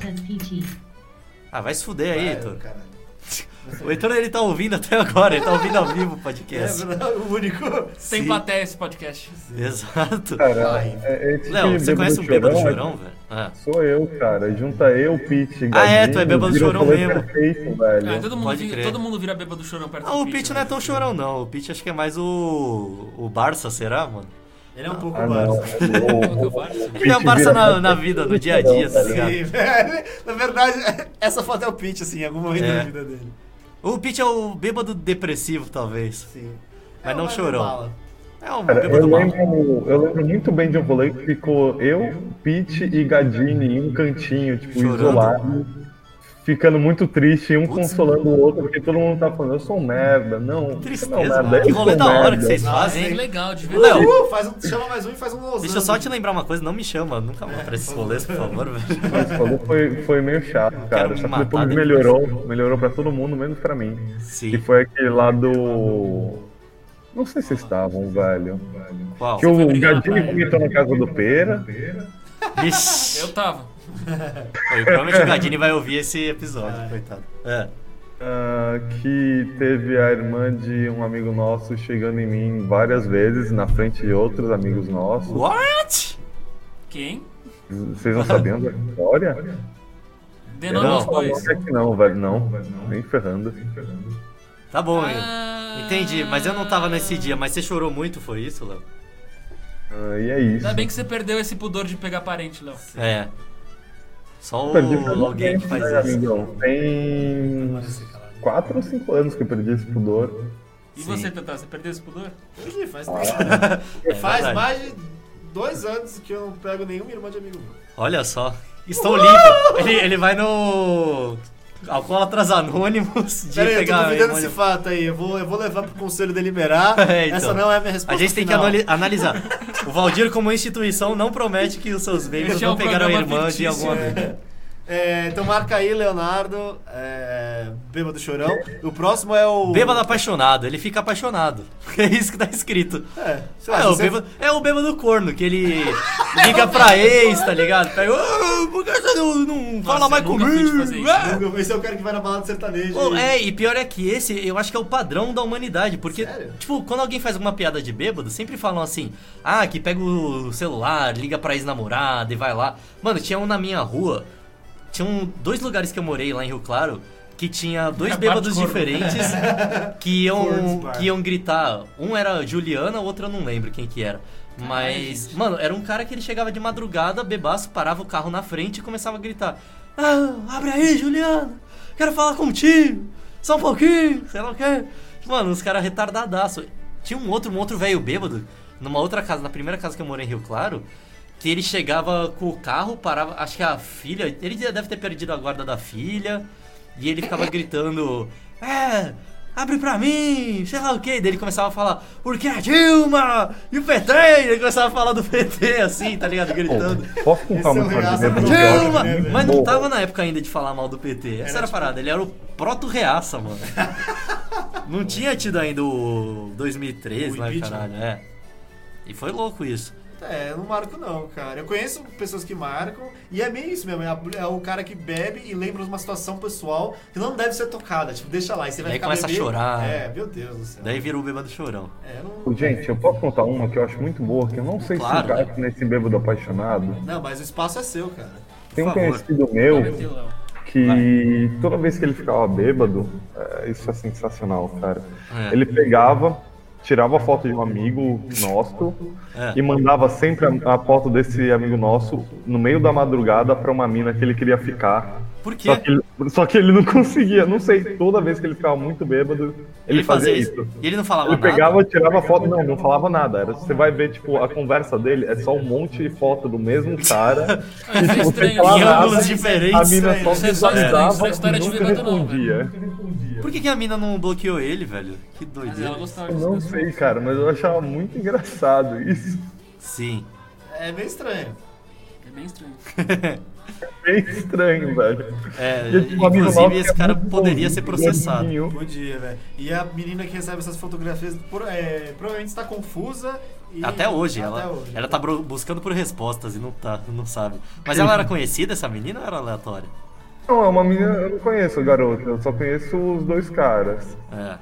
Ah, vai se fuder aí, Ah, Heitor. caralho. O Heitor, ele tá ouvindo até agora, ele tá ouvindo ao vivo o É podcast. verdade, o único. Sem Sim. plateia esse podcast. Exato. Cara, Vai. é, é esse Léo, que você conhece um bêbado chorão, é- velho? Ah. Sou eu, cara. Junta eu, Pete, Ah, é, Gadinho, tu é bêbado vira o chorão rolê mesmo. perfeito, velho. Ah, todo, mundo Pode vi- crer. todo mundo vira bêbado chorão perto Ah, do o Pete, Pete né? não é tão chorão, não. O Pete acho que é mais o. O Barça, será, mano? Ele é um pouco Ah, não. Barça. O- o- Barça? o Ele é o Pete Barça vira na, mais na vida, no dia a dia, tá chorão, ligado? Sim, velho. Na verdade, essa foto é o Pitch, assim, em algum momento É. da vida dele. O Pete é o bêbado depressivo, talvez. Sim. Mas É não uma chorão. bala. É um Cara, bêbado eu, mal. lembro, eu lembro muito bem de um rolê que ficou eu, Pete e Gadini em um cantinho, tipo, Chorando. isolado, ficando muito triste, um Putz. consolando o outro, porque todo mundo tá falando, eu sou um merda. Não, Tristeza, não, merda, mano. eu Que sou rolê da hora merda. que vocês Nossa, fazem, Que hein? legal, de Léo. verdade. Uh, faz um, chama mais um e faz um losango. Deixa eu só te lembrar uma coisa, não me chama nunca mais pra esses rolês, por favor, velho. Esse rolê foi, foi meio chato, cara. me Só que matar depois depois. melhorou, melhorou pra todo mundo, menos pra mim. Sim. Que foi aquele lá do... Não sei se vocês estavam, velho. Qual? Que o foi brigar na Gadini praia. comentou na casa do Pera. Ixi. Eu tava. Oi, provavelmente o Gadini vai ouvir esse episódio, coitado. É. Ah, que teve a irmã de um amigo nosso chegando em mim várias vezes na frente de outros amigos nossos. What? Quem? Vocês não sabiam da história? Dê nome aos Não. bois. Não, é que não, velho, não. Nem ferrando. Tá bom, Ah. entendi. Mas eu não tava nesse dia. Mas você chorou muito, foi isso, Léo? Ah, e é isso. Ainda bem que você perdeu esse pudor de pegar parente, Léo. É. Só Perdi o, faz alguém que tempo, faz né, isso. amigão? Tem quatro ou cinco anos que eu perdi esse pudor. E Sim. você, Tata, você perdeu esse pudor? Perdi, faz Ah, tempo. Faz verdade. mais de dois anos que eu não pego nenhuma irmã de amigo meu. Olha só. Estou limpo. Ele, ele vai no Alcoólatras Anônimos de Pera aí, eu tô pegar... duvidando a esse irmã- fato aí. Eu vou, eu vou levar pro conselho deliberar. É, então. Essa não é a minha A resposta gente tem que final. anali- analisar. O Valdir, como instituição, não promete que os seus membros Esse é não um pegaram a programa irmã de fictício. algum amigo. É, então marca aí, Leonardo. É, Bêbado Chorão. O próximo é o... Bêbado apaixonado, ele fica apaixonado. É isso que tá escrito. É, sei lá, É, se o você- bêbado, é o bêbado corno, que ele liga pra ex, tá ligado? Pega, "Ah, por que você não, não fala Nossa, mais eu nunca fui de comigo? fazer isso. Ah!" Esse é o cara que vai na balada sertaneja. Pô, e- é, e pior é que esse, eu acho que é o padrão da humanidade, porque, Sério? tipo, quando alguém faz alguma piada de bêbado, sempre falam assim, ah, que pega o celular, liga pra ex-namorada e vai lá. Mano, tinha um na minha rua, tinham dois lugares que eu morei lá em Rio Claro, que tinha dois Bar de bêbados corno. diferentes que Cornos iam, bar. que iam gritar. Um era Juliana, o outro eu não lembro quem que era. Mas, mano, era um cara que ele chegava de madrugada, bebaço, parava o carro na frente e começava a gritar: ah, abre aí, Juliana, quero falar contigo, só um pouquinho, sei lá o quê. Mano, os caras retardadaço. Tinha um outro, um outro velho bêbado, numa outra casa, na primeira casa que eu morei em Rio Claro, que ele chegava com o carro, parava, acho que a filha, ele deve ter perdido a guarda da filha, e ele ficava gritando: é, abre pra mim, sei lá o que. Daí ele começava a falar, porque a Dilma e o P T, ele começava a falar do P T, assim, tá ligado? Gritando. Pô, posso contar Esse é uma o história reaça de bêbado do que eu acho Dilma! né, velho? Mas não boa? tava na época ainda de falar mal do P T. Essa Era era a tipo- parada, ele era o proto-reaça, mano. Não tinha tido ainda o dois mil e treze, O né, impeachment. caralho? É. E foi louco isso. É, eu não marco não, cara. Eu conheço pessoas que marcam e é meio isso mesmo. É, a- é o cara que bebe e lembra de uma situação pessoal que não deve ser tocada. Tipo, deixa lá e você vai Daí ficar começa a bebê. chorar. É, meu Deus do céu. Daí virou o bêbado chorão. É, eu não... Ô, gente, eu posso contar uma que eu acho muito boa, que eu não sei Claro, se encaixa nesse bêbado apaixonado. Não, mas o espaço é seu, cara. Tem um Por favor. conhecido meu Meteu, Léo. que toda vez que ele ficava bêbado, é, isso é sensacional, cara. É. Ele pegava, tirava a foto de um amigo nosso É. e mandava sempre a, a foto desse amigo nosso no meio da madrugada pra uma mina que ele queria ficar. Por quê? Só que, ele, só que ele não conseguia, não sei, toda vez que ele ficava muito bêbado, ele, fazia isso. E ele não falava Ele nada? pegava, tirava foto, não, não falava nada. Era, você vai ver, tipo, a conversa dele é só um monte de foto do mesmo cara. Ah, isso é tipo, sem estranho. falar Em nada, ângulos diferentes. a mina só Isso é só estranho, isso visualizava é história e de nunca bêbado não, respondia. Por que, que a mina não bloqueou ele, velho? Que Mas doideira. ela gostava Eu disso. não sei, cara, mas eu achava muito engraçado isso. Sim. É meio estranho. É bem estranho. Bem estranho, velho. É, E, tipo, um amigo nosso inclusive que esse é cara muito poderia ser bonzinho, processado. gordinho. Podia, velho. E a menina que recebe essas fotografias por- é, provavelmente está confusa. E... Até hoje, Até ela, hoje. ela tá bro- buscando por respostas e não tá, não sabe. Mas ela era conhecida, essa menina, ou era aleatória? Não, é uma menina, eu não conheço a garota, eu só conheço os dois caras. É.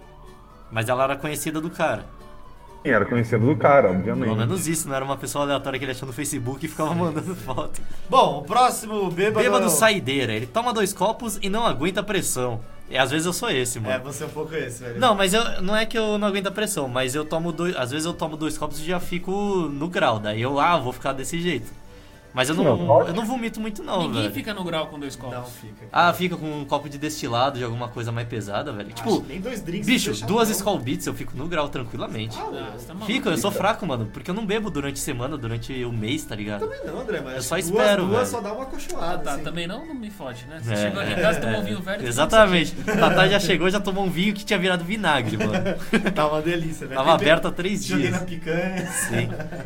Mas ela era conhecida do cara. Sim, era conhecido do cara, Pelo obviamente. menos isso, não era uma pessoa aleatória que ele achou no Facebook e ficava mandando foto. Bom, o próximo bêbado... Bêbado saideira, ele toma dois copos e não aguenta a pressão. E às vezes eu sou esse, É, mano. você é um pouco esse, velho. Não, mas eu, não é que eu não aguento a pressão, mas eu tomo dois. Às vezes eu tomo dois copos e já fico no grau. Daí eu, ah, vou ficar desse jeito. Mas eu não, Não, pode. eu não vomito muito, não, Ninguém velho. fica no grau com dois copos. Não fica. Ah, fica com um copo de destilado de alguma coisa mais pesada, velho. Acho Tipo, que nem dois drinks bicho, deixa duas não. Skull Beats eu fico no grau tranquilamente. Ah, você tá maluco. Fico, eu sou fraco, mano, porque eu não bebo durante a semana, durante o mês, tá ligado? Também não, André, mas Eu só duas, espero, duas velho. só dá uma cochilada, Tá, assim. também não, não me fode, né? Você É, chegou aqui em é, casa, tomou é. um vinho velho... Exatamente. Tatá já chegou, já tomou um vinho que tinha virado vinagre, mano. Tá uma delícia, velho. Tava Tem- aberto há três Joguei dias. na picanha. Sim.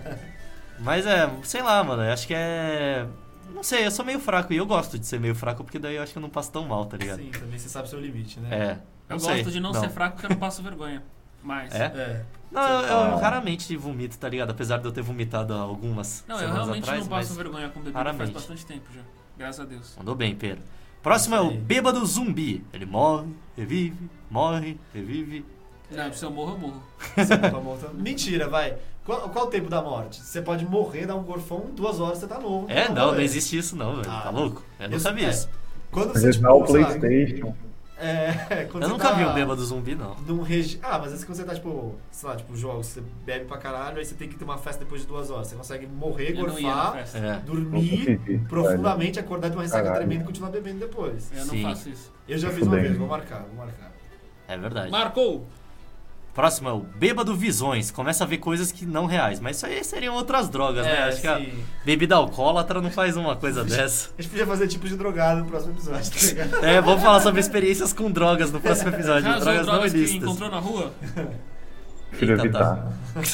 Mas é, sei lá, mano, eu acho que é... Não sei, eu sou meio fraco e eu gosto de ser meio fraco porque daí eu acho que eu não passo tão mal, tá ligado? Sim, também você sabe o seu limite, né? É. Eu Não gosto sei. de não, ser fraco porque eu não passo vergonha. Mas... É? É. Não, eu, eu raramente vomito, tá ligado? Apesar de eu ter vomitado há algumas Não, eu semanas realmente atrás, não passo mas vergonha com bebida raramente. faz bastante tempo já. Graças a Deus. mandou bem, Pedro. Próximo é o Isso aí. bêbado zumbi. Ele morre, revive, morre, revive. Não, se eu morro, eu morro. Você não tomou tanto. Mentira, vai. Qual, qual o tempo da morte? Você pode morrer, dar um gorfão, em duas horas você tá novo. É, Tá não, não velho. existe isso não, velho. Ah, Tá louco? Eu não Isso- sabia é. isso. Quando você, Resetar o tipo, sei lá, PlayStation. É, quando Eu você nunca tá vi um bêbado zumbi, não. Num regi... Ah, mas esse quando você tá, tipo, sei lá, tipo, jogos, você bebe pra caralho, aí você tem que ter uma festa depois de duas horas. Você consegue morrer, Eu não ia na gorfar, festa. É. dormir Nunca fiz, profundamente, acordar de uma ressaca Caralho. tremenda e continuar bebendo depois. Eu Sim. não faço isso. Eu já Se fiz uma fudendo. vez, vou marcar, vou marcar. É verdade. Marcou! Próximo é o bêbado visões. Começa a ver coisas que não reais. Mas isso aí seriam outras drogas, né? É, Acho que a sim. bebida alcoólatra não faz uma coisa dessa. A gente podia fazer tipo de drogado no próximo episódio, tá ligado? É, vamos falar sobre experiências com drogas no próximo episódio. Já usou drogas não drogas que ilícitas. encontrou na rua? Prefiro Eita, evitar.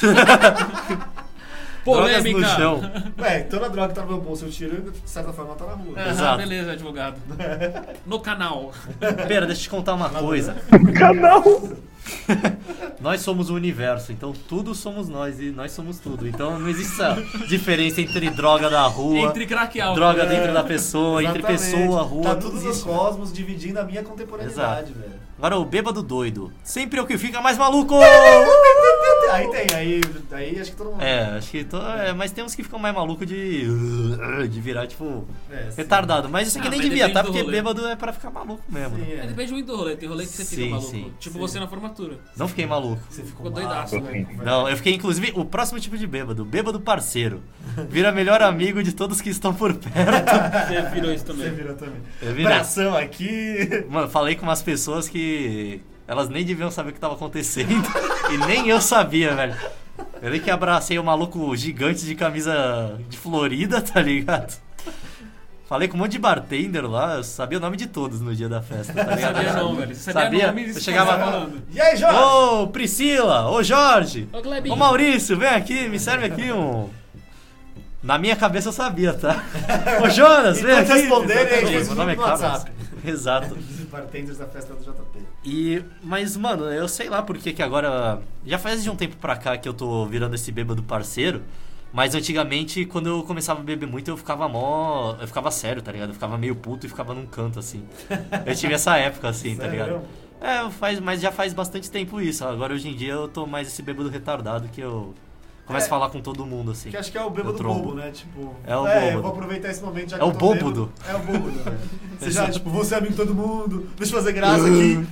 Drogas Polêmica! no chão. Ué, toda droga que tá no meu bolso eu tiro e de certa forma tá na rua. Aham, Exato. beleza, advogado. No canal. Pera, deixa eu te contar uma coisa. Canal! Nós somos o universo, então tudo somos nós e nós somos tudo. Então não existe essa diferença entre droga da rua, Entre crack e álcool. droga É, dentro da pessoa, entre Exatamente. pessoa, rua. Tá não tudo nos existe. cosmos dividindo a minha contemporaneidade, velho. Agora o bêbado doido. Sempre é o que fica mais maluco! Aí tem, aí, aí acho que todo mundo. É, acho que. To... É, mas tem uns que ficam mais malucos de. de virar, tipo. É, sim. retardado. Mas isso aqui Ah, nem mas devia, depende tá? do Porque rolê. bêbado é pra ficar maluco mesmo. Sim, né? É, é. depende muito do rolê. Tem rolê que você fica Sim, maluco. sim, tipo sim. você na formatura. Não fiquei maluco. Você ficou, Ficou doidaço, maluco, né? velho. Não, eu fiquei, inclusive, o próximo tipo de bêbado, bêbado parceiro. Vira melhor amigo de todos que estão por perto. Você virou isso Você também. virou também. Eu virei. Bração aqui. Mano, falei com umas pessoas que elas nem deviam saber o que tava acontecendo. E nem eu sabia, velho. Eu nem que abracei um maluco gigante de camisa de Florida, tá ligado? Falei com um monte de bartender lá, eu sabia o nome de todos no dia da festa, tá Não ligado? sabia não, velho. Você sabia, Sabia? nome, Eu você chegava- tava falando. E aí, Jorge? Ô, Priscila, ô Jorge, Ô, Glebinho. ô Maurício, vem aqui, me serve aqui um... Na minha cabeça eu sabia, tá? Ô Jonas, vem Enquanto aqui. responderem, aí, Exatamente, gente, meu nome é no Carlos. WhatsApp. Exato. Os bartenders da festa do J P. E, mas, mano, eu sei lá porque que agora... Já faz de um tempo pra cá que eu tô virando esse bêbado parceiro. Mas antigamente, quando eu começava a beber muito, eu ficava mó... Eu ficava sério, tá ligado? Eu ficava meio puto e ficava num canto, assim. Eu tive essa época, assim, tá Sério ligado? mesmo? É, faz, mas já faz bastante tempo isso. Agora, hoje em dia, eu tô mais esse bêbado retardado que eu começo É. a falar com todo mundo, assim. Que acho que é o bêbado Eu trombo. bobo, né? Tipo, É o eu bôbado. vou aproveitar esse momento já É que o eu tô bôbado. bêbado. É o bôbado, né? Você já, tipo, você é amigo de todo mundo, deixa eu fazer graça aqui.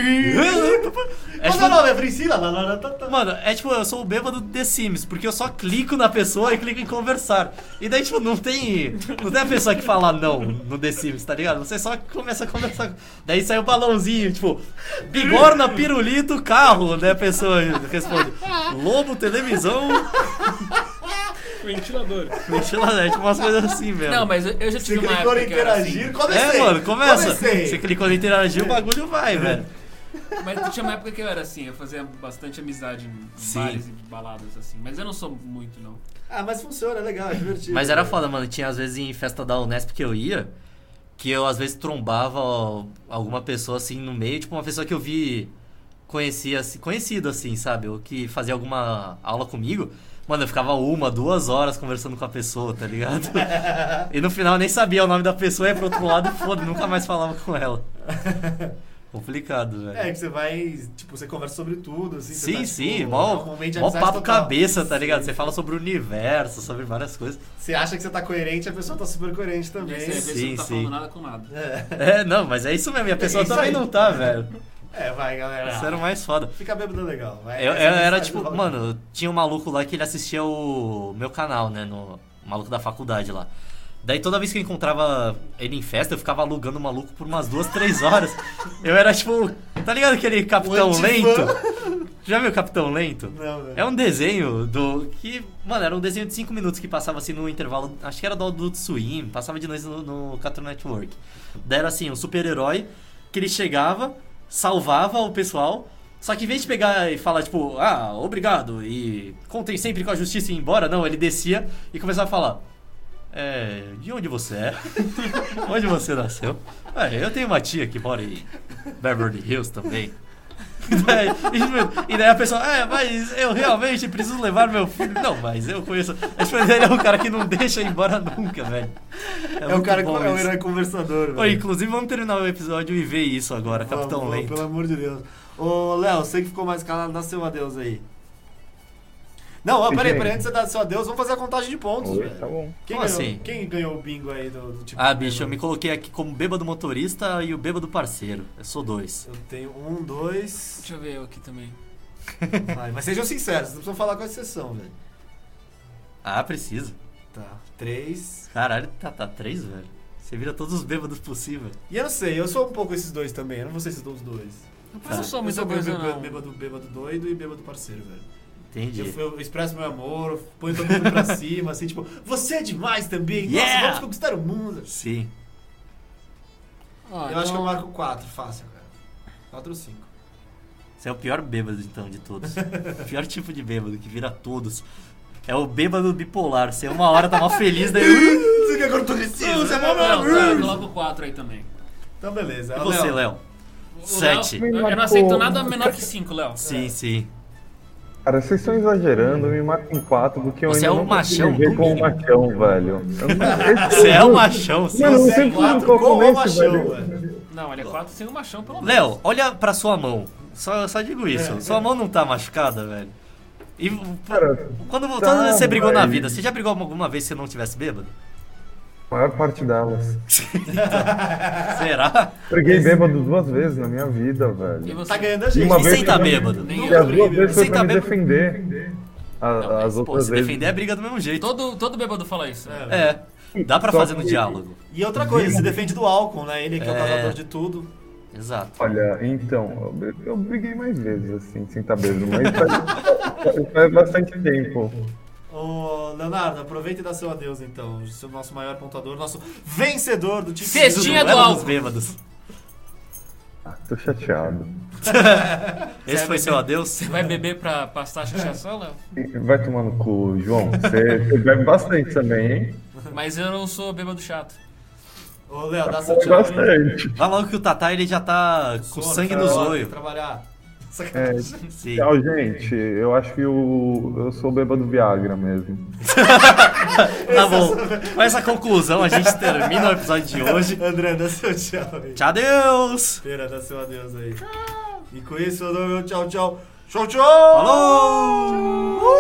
É Qual tipo- é o nome? É Priscila? Lá, lá, lá, tá, tá. Mano, é tipo, eu sou o bêbado do The Sims, porque eu só clico na pessoa e clico em conversar. E daí, tipo, não tem. Não tem a pessoa que fala não no The Sims, tá ligado? Você só começa a conversar. Daí sai o balãozinho, tipo, bigorna, pirulito, carro, né? A pessoa responde. Lobo, televisão, Ventilador. ventilador, é tipo umas coisas assim mesmo. Não, mas eu eu já Você tive uma clicou época em que eu era interagir, assim. comecei. É, mano, começa. Comecei. Você clicou em interagir, o bagulho vai, velho. Mas tinha uma época que eu era assim, eu fazia bastante amizade em Sim. bares e baladas, assim. Mas eu não sou muito, não. Ah, mas funciona, é legal, é divertido. Mas era né? foda, mano. Tinha às vezes em festa da Unesp que eu ia, que eu às vezes trombava ó, alguma pessoa assim no meio, tipo uma pessoa que eu vi, conhecia, assim, conhecido assim, sabe? Ou que fazia alguma aula comigo. Mano, eu ficava uma, duas horas conversando com a pessoa, tá ligado? E no final eu nem sabia o nome da pessoa, ia pro outro lado e foda, nunca mais falava com ela. Complicado, velho. É, que você vai, tipo, você conversa sobre tudo, assim. você Sim, tá, sim, tipo, mó, é um momento de mó amizade papo total. cabeça, tá ligado? Sim. Você fala sobre o universo, sobre várias coisas. Você acha que você tá coerente, a pessoa tá super coerente também. Aí você vê se sim, não tá sim. falando nada com nada. É, não, mas é isso mesmo, e a pessoa isso também aí. não tá, velho. É, vai, galera. Isso era o mais foda. Fica bêbado legal. Vai. Eu, Essa eu é a era mensagem tipo, do rock. mano, tinha um maluco lá que ele assistia o meu canal, né? No o maluco da faculdade lá. Daí toda vez que eu encontrava ele em festa, eu ficava alugando o maluco por umas duas, três horas. Eu era tipo, tá ligado aquele Capitão O antifã. Lento? Já viu o Capitão Lento? Não, velho. É um desenho do. Que. Mano, era um desenho de cinco minutos que passava assim no intervalo. Acho que era do Adult Swim, passava de noite no, no Cartoon Network. Daí era assim, um super-herói que ele chegava, salvava o pessoal. Só que em vez de pegar e falar, tipo, ah, obrigado, e contem sempre com a justiça e ir embora, não, ele descia e começava a falar. É. De onde você é? Onde você nasceu? É, eu tenho uma tia que mora em Beverly Hills também. E daí, e daí a pessoa, é, mas eu realmente preciso levar meu filho. Não, mas eu conheço. Esse ele é um cara que não deixa ir embora nunca, velho. É o muito cara bom que é o isso. herói conversador, Ô, velho. inclusive, vamos terminar o episódio e ver isso agora, Vamos, Capitão vamos, Lento. Pelo amor de Deus. Ô, Léo, você que ficou mais calado, dá seu adeus aí. Não, ó, peraí, Gente. peraí, antes de você dar seu adeus, vamos fazer a contagem de pontos, Oi, velho. tá bom. Quem, Como ganhou, assim? quem ganhou o bingo aí do, do tipo Ah, de bicho, eu bêbado? me coloquei aqui como bêbado motorista e o bêbado parceiro. Eu sou dois. Eu tenho um, dois. Deixa eu ver eu aqui também. Vai, mas sejam sinceros, vocês não precisam falar com a exceção, velho. Ah, precisa. Tá, três. Caralho, tá, tá três, velho. Você vira todos os bêbados possíveis. E eu não sei, eu sou um pouco esses dois também, eu não vou ser esses dois. Mas não sou Eu muita sou coisa, bêbado, não. bêbado, bêbado doido e bêbado parceiro, velho. Entendi. Eu, eu expresso meu amor, eu ponho todo mundo pra cima, assim, tipo, você é demais também, nossa, Yeah! vamos conquistar o mundo. Sim. Ó, Eu acho que eu então- marco quatro, fácil, cara. Quatro ou cinco. Você é o pior bêbado, então, de todos. O pior tipo de bêbado, que vira todos. É o bêbado bipolar. Você uma hora tá mal feliz, daí... Você que agora eu tô agressivo, você é mó Não, tá, maravilhoso. coloca o quatro aí também. Então, beleza. E Ó, você, Léo? O Sete. Léo- Eu, eu não aceito nada menor que cinco, Léo. Sim, sim. Cara, vocês estão exagerando, me marca em quatro, porque eu Você ainda é o não consegui machão, me ver no como mínimo. machão, velho. Eu não- esse- Você é o machão, sim. Mano, não Você sei é como quatro qual com o começo, machão, velho. velho. Não, ele é quatro sem o machão, pelo menos. Léo, olha pra sua mão. Só, só digo isso. É, Sua é. mão não tá machucada, velho? E Cara, quando, tá, toda vez que você brigou na mas- vida, você já brigou alguma vez se você não tivesse bêbado? A maior parte delas. Será? Briguei bêbado duas vezes na minha vida, E velho. você? Tá ganhando a gente. Uma E vez sem tá que eu- bêbado? Nem E as eu. duas vezes foi Sem pra tá me bêbado. defender. A- Não, mas, as Pô, outras se vezes. defender é briga do mesmo jeito. Todo, todo bêbado fala isso. É. É, dá pra Só fazer no que- diálogo. E outra coisa, se defende do álcool, né? Ele que é o É. causador de tudo. Exato. Olha, então, eu, br- eu briguei mais vezes, assim, sem estar bêbado, mas faz, faz bastante tempo. Ô, Leonardo, aproveita e dá seu adeus então. Você é o nosso maior pontuador, nosso vencedor do time. Cestinha do Duelo dos álcool. bêbados. Tô chateado. Esse foi seu adeus? Você vai beber pra passar a chateação, Léo? Vai tomar no cu, João. Você, você bebe bastante também, hein? Mas eu não sou bêbado chato. Ô, Léo, dá seu Bebe tchau. aí. bastante. Vai logo que o Tatá ele já tá com Sono, sangue cara, nos bora olhos. Trabalhar. É, Sacanagem. Sim. tchau, gente. Eu acho que o, eu sou bêbado Viagra mesmo. Tá bom. Com essa conclusão, a gente termina o episódio de hoje. André, dá seu tchau aí. Tchau, adeus! Pera, dá seu adeus aí. E com isso eu dou meu tchau, tchau. Tchau, tchau! Falou!